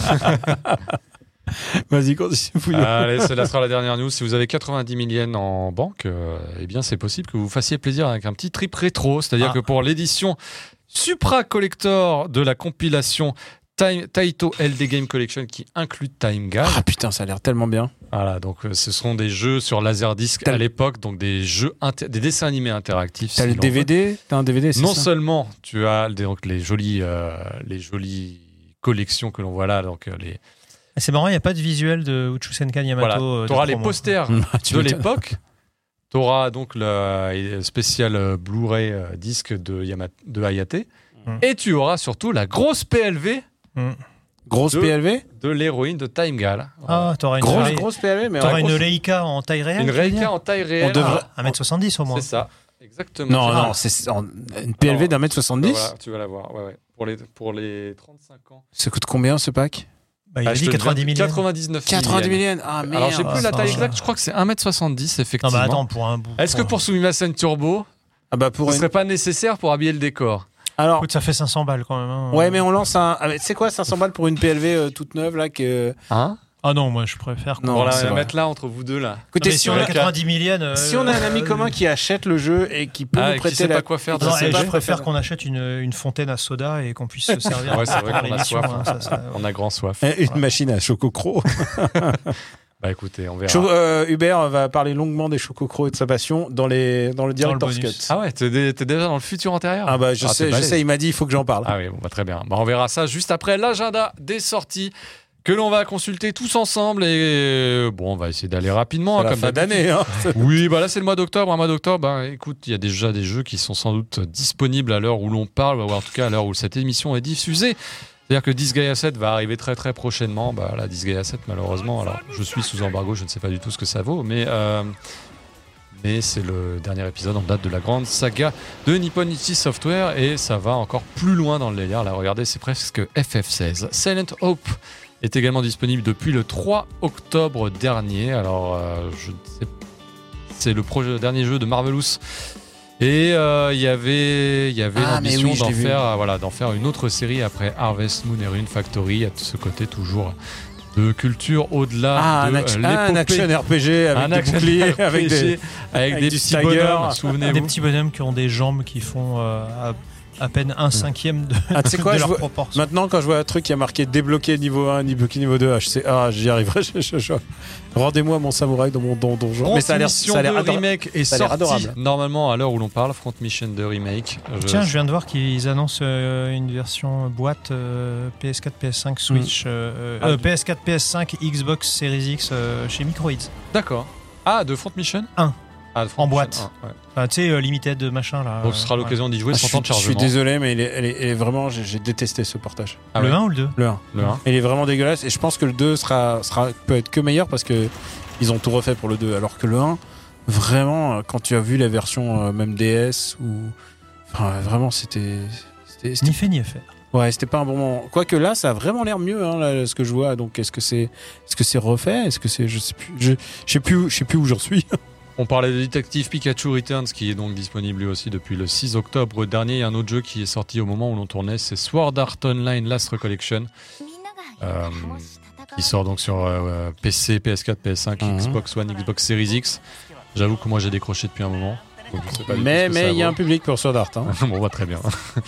Vas-y, continue. Allez, cela sera la dernière news. Si vous avez quatre-vingt-dix mille yens en banque, euh, eh bien, c'est possible que vous fassiez plaisir avec un petit trip rétro. C'est-à-dire ah. que pour l'édition Supra Collector de la compilation Time, Taito L D Game Collection qui inclut Time Guide. Ah putain, ça a l'air tellement bien. Voilà, donc euh, ce sont des jeux sur Laserdisc T'as à l'époque, donc des jeux, inter- des dessins animés interactifs. T'as si le D V D, t'as un D V D, c'est non ça seulement tu as donc les jolies, euh, les jolies collections que l'on voit là, donc euh, les. C'est marrant, il n'y a pas de visuel de Uchusenkan Yamato. Voilà. Tu auras les posters de l'époque. Tu auras donc le spécial Blu-ray euh, disque de, Yama- de Hayate. Mm. Et tu auras surtout la grosse P L V. Mm. Grosse de, P L V de l'héroïne de Time Gal. Ah, t'auras une grosse, ré... grosse P L V, mais t'auras grosse... une Leica en taille réelle. Une Leica en taille réelle. On devrait... ah, un mètre soixante-dix au moins. C'est ça, exactement. Non, non, c'est une P L V non, d'un mètre soixante-dix. Voilà, tu vas la voir. Ouais, ouais. Pour les pour les trente-cinq ans. Ça coûte combien ce pack? Bah, il a ah, dit quatre-vingt-dix mille. quatre-vingt-dix-neuf millions. Ah merde. Alors j'ai plus ah, la taille exacte, je crois que c'est un mètre soixante-dix effectivement. Non, bah attends, pour un bout. Est-ce que pour Sumimasen Turbo, ah bah pour ce une... serait pas nécessaire pour habiller le décor? Alors, écoute, ça fait cinq cents balles quand même. Hein. Ouais, mais on lance un. Ah, c'est quoi cinq cents balles pour une P L V euh, toute neuve là que. Hein? Ah non, moi je préfère. Non, voilà, on va mettre là entre vous deux là. Écoutez, si, si on a quatre-vingt-dix mille yens, euh, si on a un ami euh, commun qui achète le jeu et qui peut ah, nous prêter qui sait la... pas quoi faire, non, je préfère qu'on achète une, une fontaine à soda et qu'on puisse se servir. Ouais, c'est vrai qu'on a soif. Hein, ça, ça, on a grand soif. Une voilà. Machine à chococro. Bah écoutez, on verra. Cho- euh, Hubert va parler longuement des chococro et de sa passion dans les dans le Director's Cut. Ah ouais, t'es, dé- t'es déjà dans le futur antérieur. Ah bah je ah, sais, je sais, il m'a dit il faut que j'en parle. Ah oui, bon bah très bien. Bah on verra ça juste après l'agenda des sorties que l'on va consulter tous ensemble et bon, on va essayer d'aller rapidement. C'est hein, la comme fin d'année. Hein. Oui, bah là c'est le mois d'octobre. Un mois d'octobre, bah écoute, il y a déjà des jeux qui sont sans doute disponibles à l'heure où l'on parle, ou en tout cas à l'heure où cette émission est diffusée. C'est-à-dire que Disgaea sept va arriver très très prochainement. Bah là, Disgaea sept, malheureusement, alors je suis sous embargo, je ne sais pas du tout ce que ça vaut, mais euh, mais c'est le dernier épisode en date de la grande saga de Nippon Ichi Software et ça va encore plus loin dans le délire. Là, regardez, c'est presque F F seize. Silent Hope est également disponible depuis le trois octobre dernier. Alors, euh, je sais, c'est le projet, le dernier jeu de Marvelous. Et il euh, y avait, y avait ah, l'ambition oui, d'en, faire, euh, voilà, d'en faire une autre série après Harvest Moon et Rune Factory. Il y a ce côté toujours de culture au-delà ah, de un, action, euh, un action R P G avec un des boucliers, R P G, avec des, avec avec des petits bonhommes, souvenez-vous. Des petits bonhommes qui ont des jambes qui font euh, à, à peine un cinquième de, ah, tu sais quoi, de je leur vois, proportion. Maintenant, quand je vois un truc qui a marqué débloqué niveau un, débloqué niveau deux, ah, je sais, ah, j'y arriverai. Je, je, je, rendez-moi mon samouraï dans mon don, donjon. Mais ça a l'air, ça a l'air adora- remake est sorti adorable. Normalement à l'heure où l'on parle. Front Mission de remake. Je... Tiens, je viens de voir qu'ils annoncent euh, une version boîte euh, P S quatre, P S cinq, Switch, mmh. euh, ah, euh, P S quatre, P S cinq, Xbox Series X euh, chez Microids. D'accord. Ah, de Front Mission un. Ah, en boîte. Un, ouais. Enfin, tu sais, euh, limited machin là. Donc ce sera l'occasion ouais. d'y jouer ah, sans temps de chargement. Je suis désolé, mais il est, elle est, elle est vraiment, j'ai, j'ai détesté ce portage. Ah, le ouais. un ou le deux? Le un. Le un. Il est vraiment dégueulasse et je pense que le deux sera, sera, peut être que meilleur parce que ils ont tout refait pour le deux. Alors que le un, vraiment, quand tu as vu la version euh, même D S ou. Enfin, vraiment, c'était. c'était, c'était... Ni fait ni à faire. Ouais, c'était pas un bon moment. Quoique là, ça a vraiment l'air mieux, hein, là, ce que je vois. Donc, est-ce que c'est, est-ce que c'est refait? Est-ce que c'est, je sais plus, je, je sais plus, je sais plus où j'en suis. On parlait de Detective Pikachu Returns qui est donc disponible lui aussi depuis le six octobre dernier. Il y a un autre jeu qui est sorti au moment où l'on tournait, c'est Sword Art Online Last Recollection, euh, qui sort donc sur euh, P C, P S quatre, P S cinq, mm-hmm. Xbox One, Xbox Series X. J'avoue que moi j'ai décroché depuis un moment. Donc je sais pas mais mais il y a un public pour Sword Art. Hein. Bon, bah, très bien.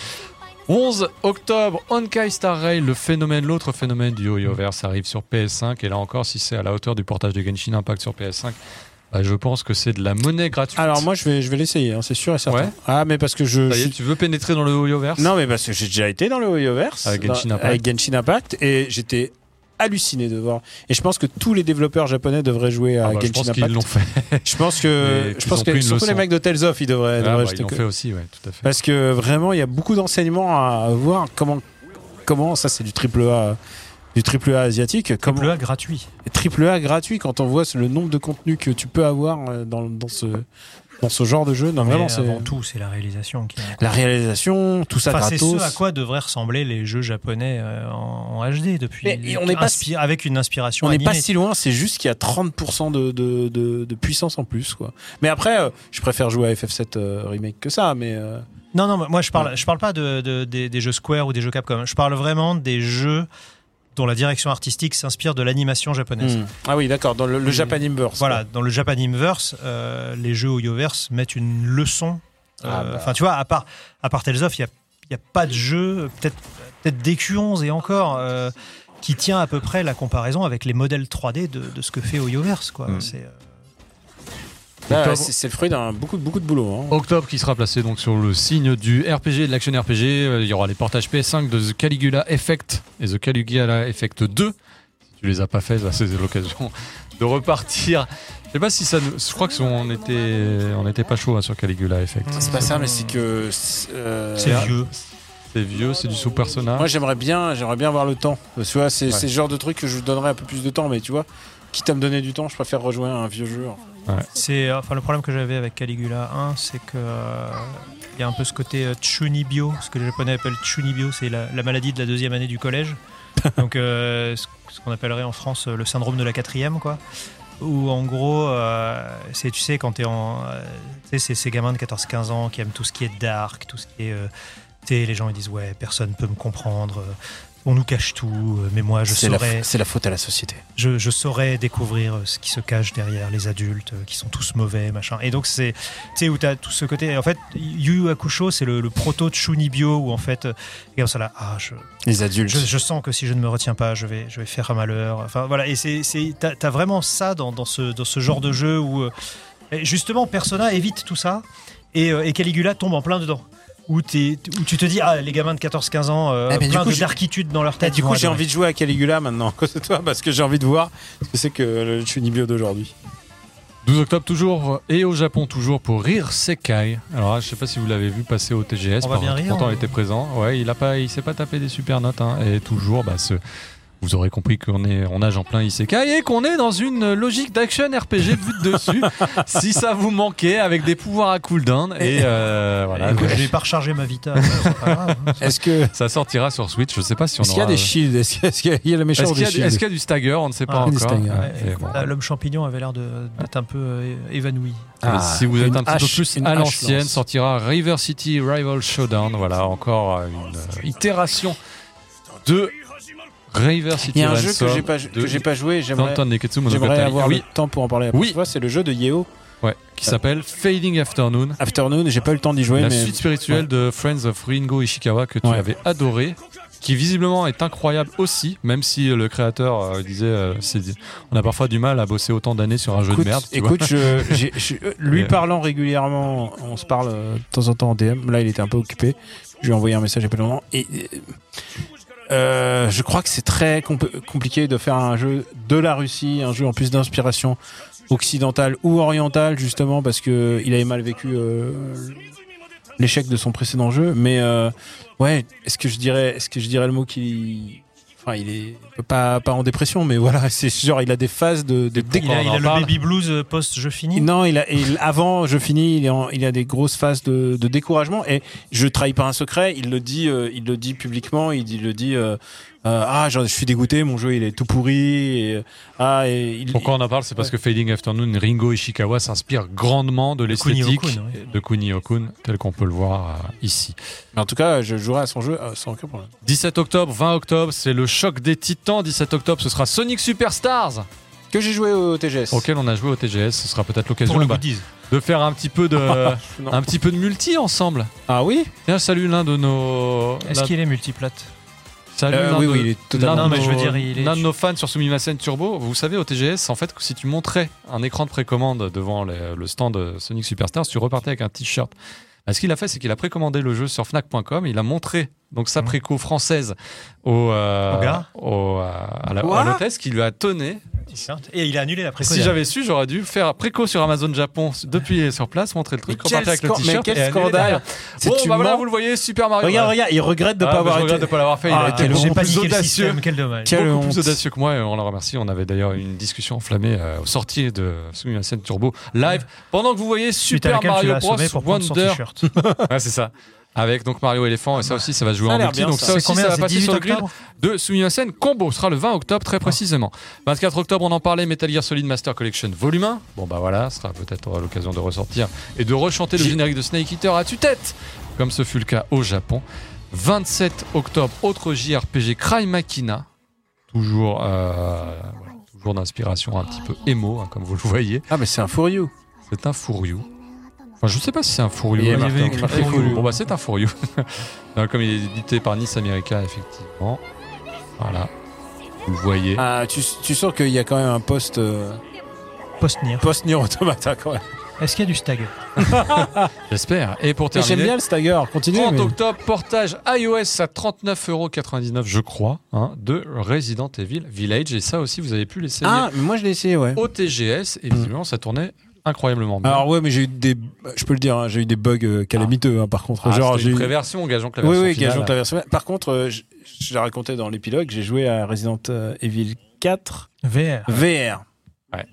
onze octobre, Honkai Star Rail, le phénomène, l'autre phénomène du Yo-Yo Verse arrive sur P S cinq. Et là encore, si c'est à la hauteur du portage de Genshin Impact sur P S cinq, Bah, je pense que c'est de la monnaie gratuite. Alors moi je vais, je vais l'essayer, hein, c'est sûr et certain. Ouais. Ah mais parce que je... Ça y est, je... tu veux pénétrer dans le Hoyoverse ? Non mais parce que j'ai déjà été dans le Hoyoverse. Avec Genshin Impact. Avec Genshin Impact et j'étais halluciné de voir. Et je pense que tous les développeurs japonais devraient jouer à ah bah, Genshin Impact. Je pense qu'ils l'ont fait. Je pense que, je pense que surtout les mecs de Tales of, ils devraient... Ah devraient bah, ils l'ont que... fait aussi, ouais, tout à fait. Parce que vraiment, il y a beaucoup d'enseignements à voir comment... comment ça c'est du triple A... Du triple A asiatique. Triple A gratuit. Triple A gratuit quand on voit le nombre de contenus que tu peux avoir dans, dans, ce, dans ce genre de jeu. Non, mais vraiment, avant c'est... tout, c'est la réalisation. Qui est... La réalisation, tout ça enfin, gratos. C'est ce à quoi devraient ressembler les jeux japonais en, en H D depuis. Mais, et on n'est pas si... avec une inspiration. On n'est pas animée. si loin. C'est juste qu'il y a trente pour cent de, de, de, de puissance en plus, quoi. Mais après, euh, je préfère jouer à F F sept euh, remake que ça. Mais euh... non, non, moi je parle, je parle pas de, de, de, des jeux Square ou des jeux Capcom. Je parle vraiment des jeux dont la direction artistique s'inspire de l'animation japonaise. Mmh. Ah oui, d'accord, dans le, le Japanimverse. Voilà, dans le Japanimverse, euh, les jeux Hoyoverse mettent une leçon. Enfin, euh, ah bah. tu vois, à part, à part Tales of, il n'y a, a pas de jeu, peut-être peut-être D Q onze et encore, euh, qui tient à peu près la comparaison avec les modèles trois D de, de ce que fait Hoyoverse, quoi. Mmh. C'est... Euh... Ah, c'est, c'est le fruit d'un beaucoup, beaucoup de boulot. Hein. Octobre qui sera placé donc sur le signe du R P G et de l'action R P G. Il y aura les portages P S cinq de The Caligula Effect et The Caligula Effect deux. Si tu les as pas fait, bah, c'est l'occasion de repartir. Je sais pas si ça nous... Je crois qu'on était, on était pas chaud hein, sur Caligula Effect. C'est pas ça, mais c'est que... C'est, euh... c'est vieux. C'est vieux, c'est du sous-persona. Moi j'aimerais bien, j'aimerais bien avoir le temps. Tu vois, c'est, ouais. c'est le genre de truc que je donnerais un peu plus de temps, mais tu vois, quitte à me donner du temps, je préfère rejoindre un vieux jeu. Ouais. C'est, enfin, le problème que j'avais avec Caligula un, c'est que euh, y a un peu ce côté euh, chunibyo, ce que les Japonais appellent chunibyo, c'est la, la maladie de la deuxième année du collège. Donc euh, ce qu'on appellerait en France le syndrome de la quatrième, quoi. Où en gros, euh, c'est, tu sais, quand t'es en, euh, tu sais, c'est ces gamins de quatorze quinze ans qui aiment tout ce qui est dark, tout ce qui est, euh, tu sais, les gens ils disent ouais, personne peut me comprendre. Euh, On nous cache tout, mais moi je c'est saurais. La, c'est la faute à la société. Je, je saurais découvrir ce qui se cache derrière les adultes, qui sont tous mauvais, machin. Et donc c'est, tu sais, où t'as tout ce côté. En fait, Yu Yu Hakusho, c'est le, le proto de Chunibyo où en fait, comme ça là, ah, je, les adultes. Je, je sens que si je ne me retiens pas, je vais, je vais faire un malheur. Enfin voilà, et c'est, c'est, t'as, t'as vraiment ça dans, dans ce, dans ce genre de jeu où justement Persona évite tout ça et, et Caligula tombe en plein dedans. Où, où tu te dis, ah, les gamins de quatorze quinze ans, euh, eh plein coup, de darkitude dans leur tête. Eh, du coup, j'ai envie de jouer à Caligula maintenant, à cause de toi, parce que j'ai envie de voir ce que c'est que le Chunibyo d'aujourd'hui. douze octobre toujours, et au Japon toujours, pour Rire Sekai. Alors là, je sais pas si vous l'avez vu passer au T G S. On va bien rire. Pourtant, il était présent. Ouais, il a pas, il s'est pas tapé des super notes, hein, et toujours, bah, ce... Vous aurez compris qu'on est, on nage en plein isekai et qu'on est dans une logique d'action R P G de vue de dessus. Si ça vous manquait, avec des pouvoirs à cooldown et euh, voilà. Écoute, je vais pas recharger ma Vita. C'est pas grave. Est-ce que ça sortira sur Switch? Je sais pas si on est-ce aura. Est-ce qu'il y a des shields? Est-ce qu'il y a la méchante est-ce, qu'il y a, des est-ce qu'il y a du stagger? On ne sait pas ah, encore. Ouais, ouais, bon. Là, l'homme champignon avait l'air de, d'être un peu euh, évanoui. Ah, si vous êtes un petit H, peu plus à l'ancienne, sortira River City Rival Showdown. Voilà, encore une euh, itération de River City. Il y a un jeu que j'ai pas, que j'ai pas joué, j'aimerais, j'aimerais avoir oui. le temps pour en parler la prochaine fois, c'est le jeu de Yeo. Ouais, qui euh, s'appelle Fading Afternoon. Afternoon, j'ai pas eu le temps d'y jouer. La mais... suite spirituelle ouais. de Friends of Ringo Ishikawa que tu ouais. avais adoré, qui visiblement est incroyable aussi, même si le créateur euh, disait euh, c'est, on a parfois du mal à bosser autant d'années sur un jeu écoute, de merde. Tu écoute, je, j'ai, je, lui parlant régulièrement, on se parle euh, de temps en temps en D M. Là, il était un peu occupé. Je lui ai envoyé un message il y a pas longtemps. Et. Euh, je crois que c'est très comp- compliqué de faire un jeu de la Russie, un jeu en plus d'inspiration occidentale ou orientale, justement parce que il avait mal vécu euh, l'échec de son précédent jeu. Mais euh, ouais, est-ce que je dirais, est-ce que je dirais le mot qui, enfin, il est pas pas en dépression, mais voilà, c'est genre il a des phases de, de il a, il a le baby blues post jeu fini. Non, il a il, avant jeu fini, il, est en, il a des grosses phases de, de découragement et je trahis pas un secret. Il le dit, euh, il le dit publiquement. Il, il le dit. Euh, Euh, ah, genre, je suis dégoûté, mon jeu il est tout pourri. Et, ah, et il, Pourquoi on en parle? C'est parce ouais. que Fading Afternoon, Ringo Ishikawa s'inspire grandement de l'esthétique Kunio-kun, oui. de Kunio-kun, tel qu'on peut le voir euh, ici. Mais en tout cas, je jouerai à son jeu euh, sans aucun problème. dix-sept octobre, vingt octobre, c'est le choc des titans. dix-sept octobre, ce sera Sonic Superstars. Que j'ai joué au T G S. Auquel on a joué au T G S. Ce sera peut-être l'occasion bah, de faire un petit peu de, un petit peu de multi ensemble. Ah oui? Tiens, salut l'un de nos. Est-ce l'un... qu'il est multiplate? Salut, euh, oui, oui, il est totalement. Non, mais je veux dire, il est... l'un de nos fans sur Sumimasen Turbo, vous savez, au T G S, en fait, si tu montrais un écran de précommande devant les, le stand Sonic Superstars, tu repartais avec un t-shirt. Ce qu'il a fait, c'est qu'il a précommandé le jeu sur Fnac point com. Il a montré donc sa préco française au, euh, au gars au, à, la, à l'hôtesse qui lui a tonné. Et il a annulé la préco. Si j'avais su, j'aurais dû faire préco sur Amazon Japon depuis sur place, montrer le truc, repartir avec le t-shirt. Mais quel scandale! Bon, bah voilà, vous le voyez, Super Mario. Regarde, regarde, il regrette de ne ah, pas avoir je été. regrette de pas l'avoir fait. Il ah, a été beaucoup pas plus audacieux. Système, quel dommage. Quelle beaucoup honte. Plus audacieux que moi, et on le remercie. On avait d'ailleurs une discussion enflammée euh, au sortie de Sumimasen Turbo live pendant que vous voyez Super Mario Bros Wonder. Ouais, c'est ça. Avec donc Mario Éléphant, et ça aussi ça va se jouer ça en multi, bien, donc ça, ça aussi combien, ça va passer sur le grid octobre de Sumimasen Combo, ce sera le vingt octobre très précisément. vingt-quatre octobre, on en parlait, Metal Gear Solid Master Collection Volume un, bon bah voilà, ce sera peut-être l'occasion de ressortir et de rechanter le générique de Snake Eater à tue-tête, comme ce fut le cas au Japon. vingt-sept octobre, autre J R P G Cry Machina, toujours, euh, voilà, toujours d'inspiration un petit peu émo, hein, comme vous le voyez. Ah mais c'est un Furiou. C'est un Furiou. Enfin, je sais pas si c'est un Furiou. Il y avait écrit Furiou. Bon bah c'est un Furiou. Comme il est édité par Nice America, effectivement. Voilà. Vous le voyez. Ah, tu, tu sens qu'il y a quand même un post... Euh... Post-Nier. Post-Nier Automata quand même. Est-ce qu'il y a du stagger? J'espère. Et pour terminer... Et j'aime bien le stagger, continue. trente mais... octobre, portage iOS à trente-neuf euros quatre-vingt-dix-neuf, je crois, hein, de Resident Evil Village. Et ça aussi, vous avez pu l'essayer. Ah, mais moi je l'ai essayé, ouais. Au T G S, et visiblement, ça tournait incroyablement bien. Alors ouais, mais j'ai eu des, je peux le dire, hein, j'ai eu des bugs euh, calamiteux, hein, par contre. Ah, genre j'ai j'ai une eu... préversion, gageons que la version Oui, oui, finale, gageons que la version. Par contre, euh, je, je l'ai raconté dans l'épilogue, j'ai joué à Resident Evil quatre V R. V R. Ouais.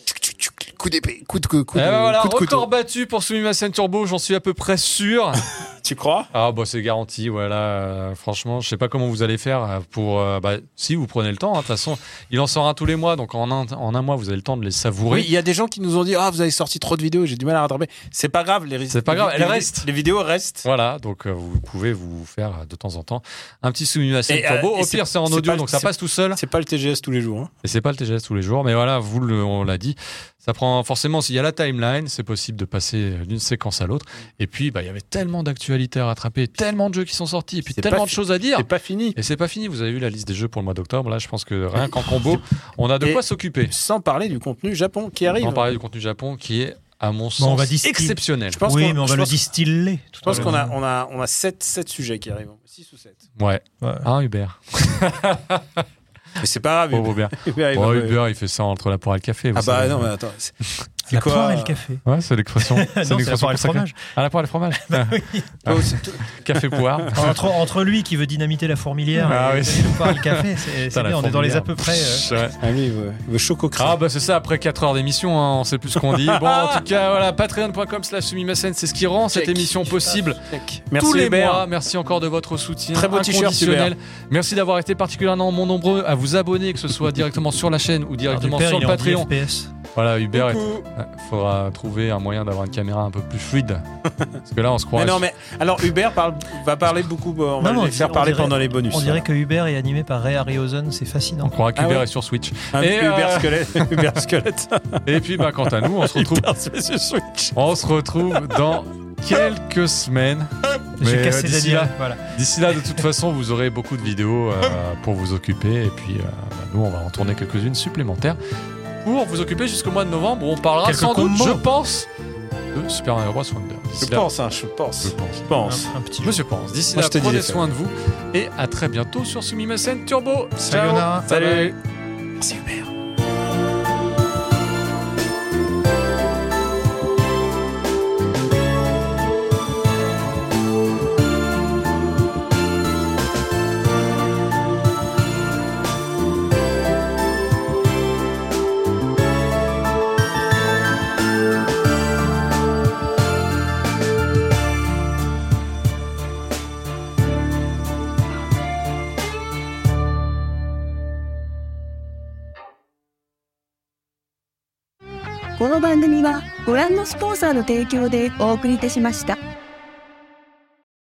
Coup d'épée, coup de coup, coup et de, ben voilà, coup de record couteau. battu pour Sumimasen Turbo, j'en suis à peu près sûr. Tu crois? Ah bah c'est garanti, voilà. Euh, franchement, je sais pas comment vous allez faire pour. Euh, bah, si vous prenez le temps, de hein, toute façon, il en sort un tous les mois, donc en un, en un mois, vous avez le temps de les savourer. Oui, il y a des gens qui nous ont dit ah vous avez sorti trop de vidéos, j'ai du mal à rattraper. C'est pas grave, les c'est pas grave, les, elles restent. Les vidéos restent. Voilà, donc euh, vous pouvez vous faire de temps en temps un petit Sumimasen et, Turbo. euh, Au pire, c'est en audio, donc ça passe tout seul. C'est pas le T G S tous les jours. Hein. Et c'est pas le T G S tous les jours, mais voilà, vous le, on l'a dit. Ça prend forcément, s'il y a la timeline, c'est possible de passer d'une séquence à l'autre. Et puis, bah, il y avait tellement d'actualités à rattraper, tellement de jeux qui sont sortis, et puis c'est tellement de fi- choses à dire. C'est pas fini. Et c'est pas fini. Vous avez vu la liste des jeux pour le mois d'octobre. Là, je pense que rien qu'en combo, on a de et quoi s'occuper. Sans parler du contenu Japon qui arrive. Sans parler du contenu Japon qui est, à mon sens, bon, on va distill... exceptionnel. Je pense oui, qu'on, mais on va le distiller. Je pense qu'on a, on a, on a sept sujets qui arrivent. six ou sept. Ouais. ouais. Hein, Hubert. Mais c'est pas grave. Oh, Hubert. Hubert, il, bon, Hubert, il fait ça entre la poire et le café. Ah bah non, mais attends. C'est, c'est la quoi poire et le café. Ouais, c'est l'expression. C'est non, l'expression c'est la poire et le fromage. Ah, la poire et le fromage. Bah, oui. Ah, café poire. Entre, entre lui qui veut dynamiter la fourmilière ah, et, oui. et le poire et le café, c'est, c'est bien, on est dans les à peu près. Euh... Ouais. Ah, lui, il veut, il veut choco crème. Ah bah c'est ça, après quatre heures d'émission, hein, on sait plus ce qu'on dit. Bon, en tout cas, voilà, patreon point com slash Sumimasen, c'est ce qui rend Check. cette émission possible. Merci tous les Hubert. mois. Merci encore de votre soutien. Très beau t-shirt, Hubert. Merci d'avoir été particulièrement nombreux à vous abonner, que ce soit directement sur la chaîne ou directement Alors, sur le Patreon. F P S. Voilà, Hubert, il faudra trouver un moyen d'avoir une caméra un peu plus fluide. Parce que là, on se croit. Mais non, mais alors Hubert parle, va parler beaucoup. On va non, le faire parler dirait, pendant les bonus. On dirait que Hubert est animé par Ray Harryhausen, c'est fascinant. On croira qu'Hubert ah ouais. est sur Switch. Un Et Hubert euh... squelette. Hubert squelette. Et puis, bah, quant à nous, on se retrouve. sur Switch. On se retrouve dans quelques semaines. Mais euh, d'ici, là, voilà. d'ici là, de toute façon, vous aurez beaucoup de vidéos euh, pour vous occuper. Et puis, euh, bah, nous, on va en tourner quelques-unes supplémentaires pour vous occuper jusqu'au mois de novembre où on parlera quelques sans combos. doute, je pense, de Super Mario Bros. Wonder. Je pense, hein, je pense, je pense, je pense. Un, un petit Monsieur pense. D'ici Moi, là, prenez soin de vous et à très bientôt sur Sumimasen Turbo. Ciao. Ciao. Salut. Merci Hubert. この番組はご覧のスポンサーの提供でお送りいたしました。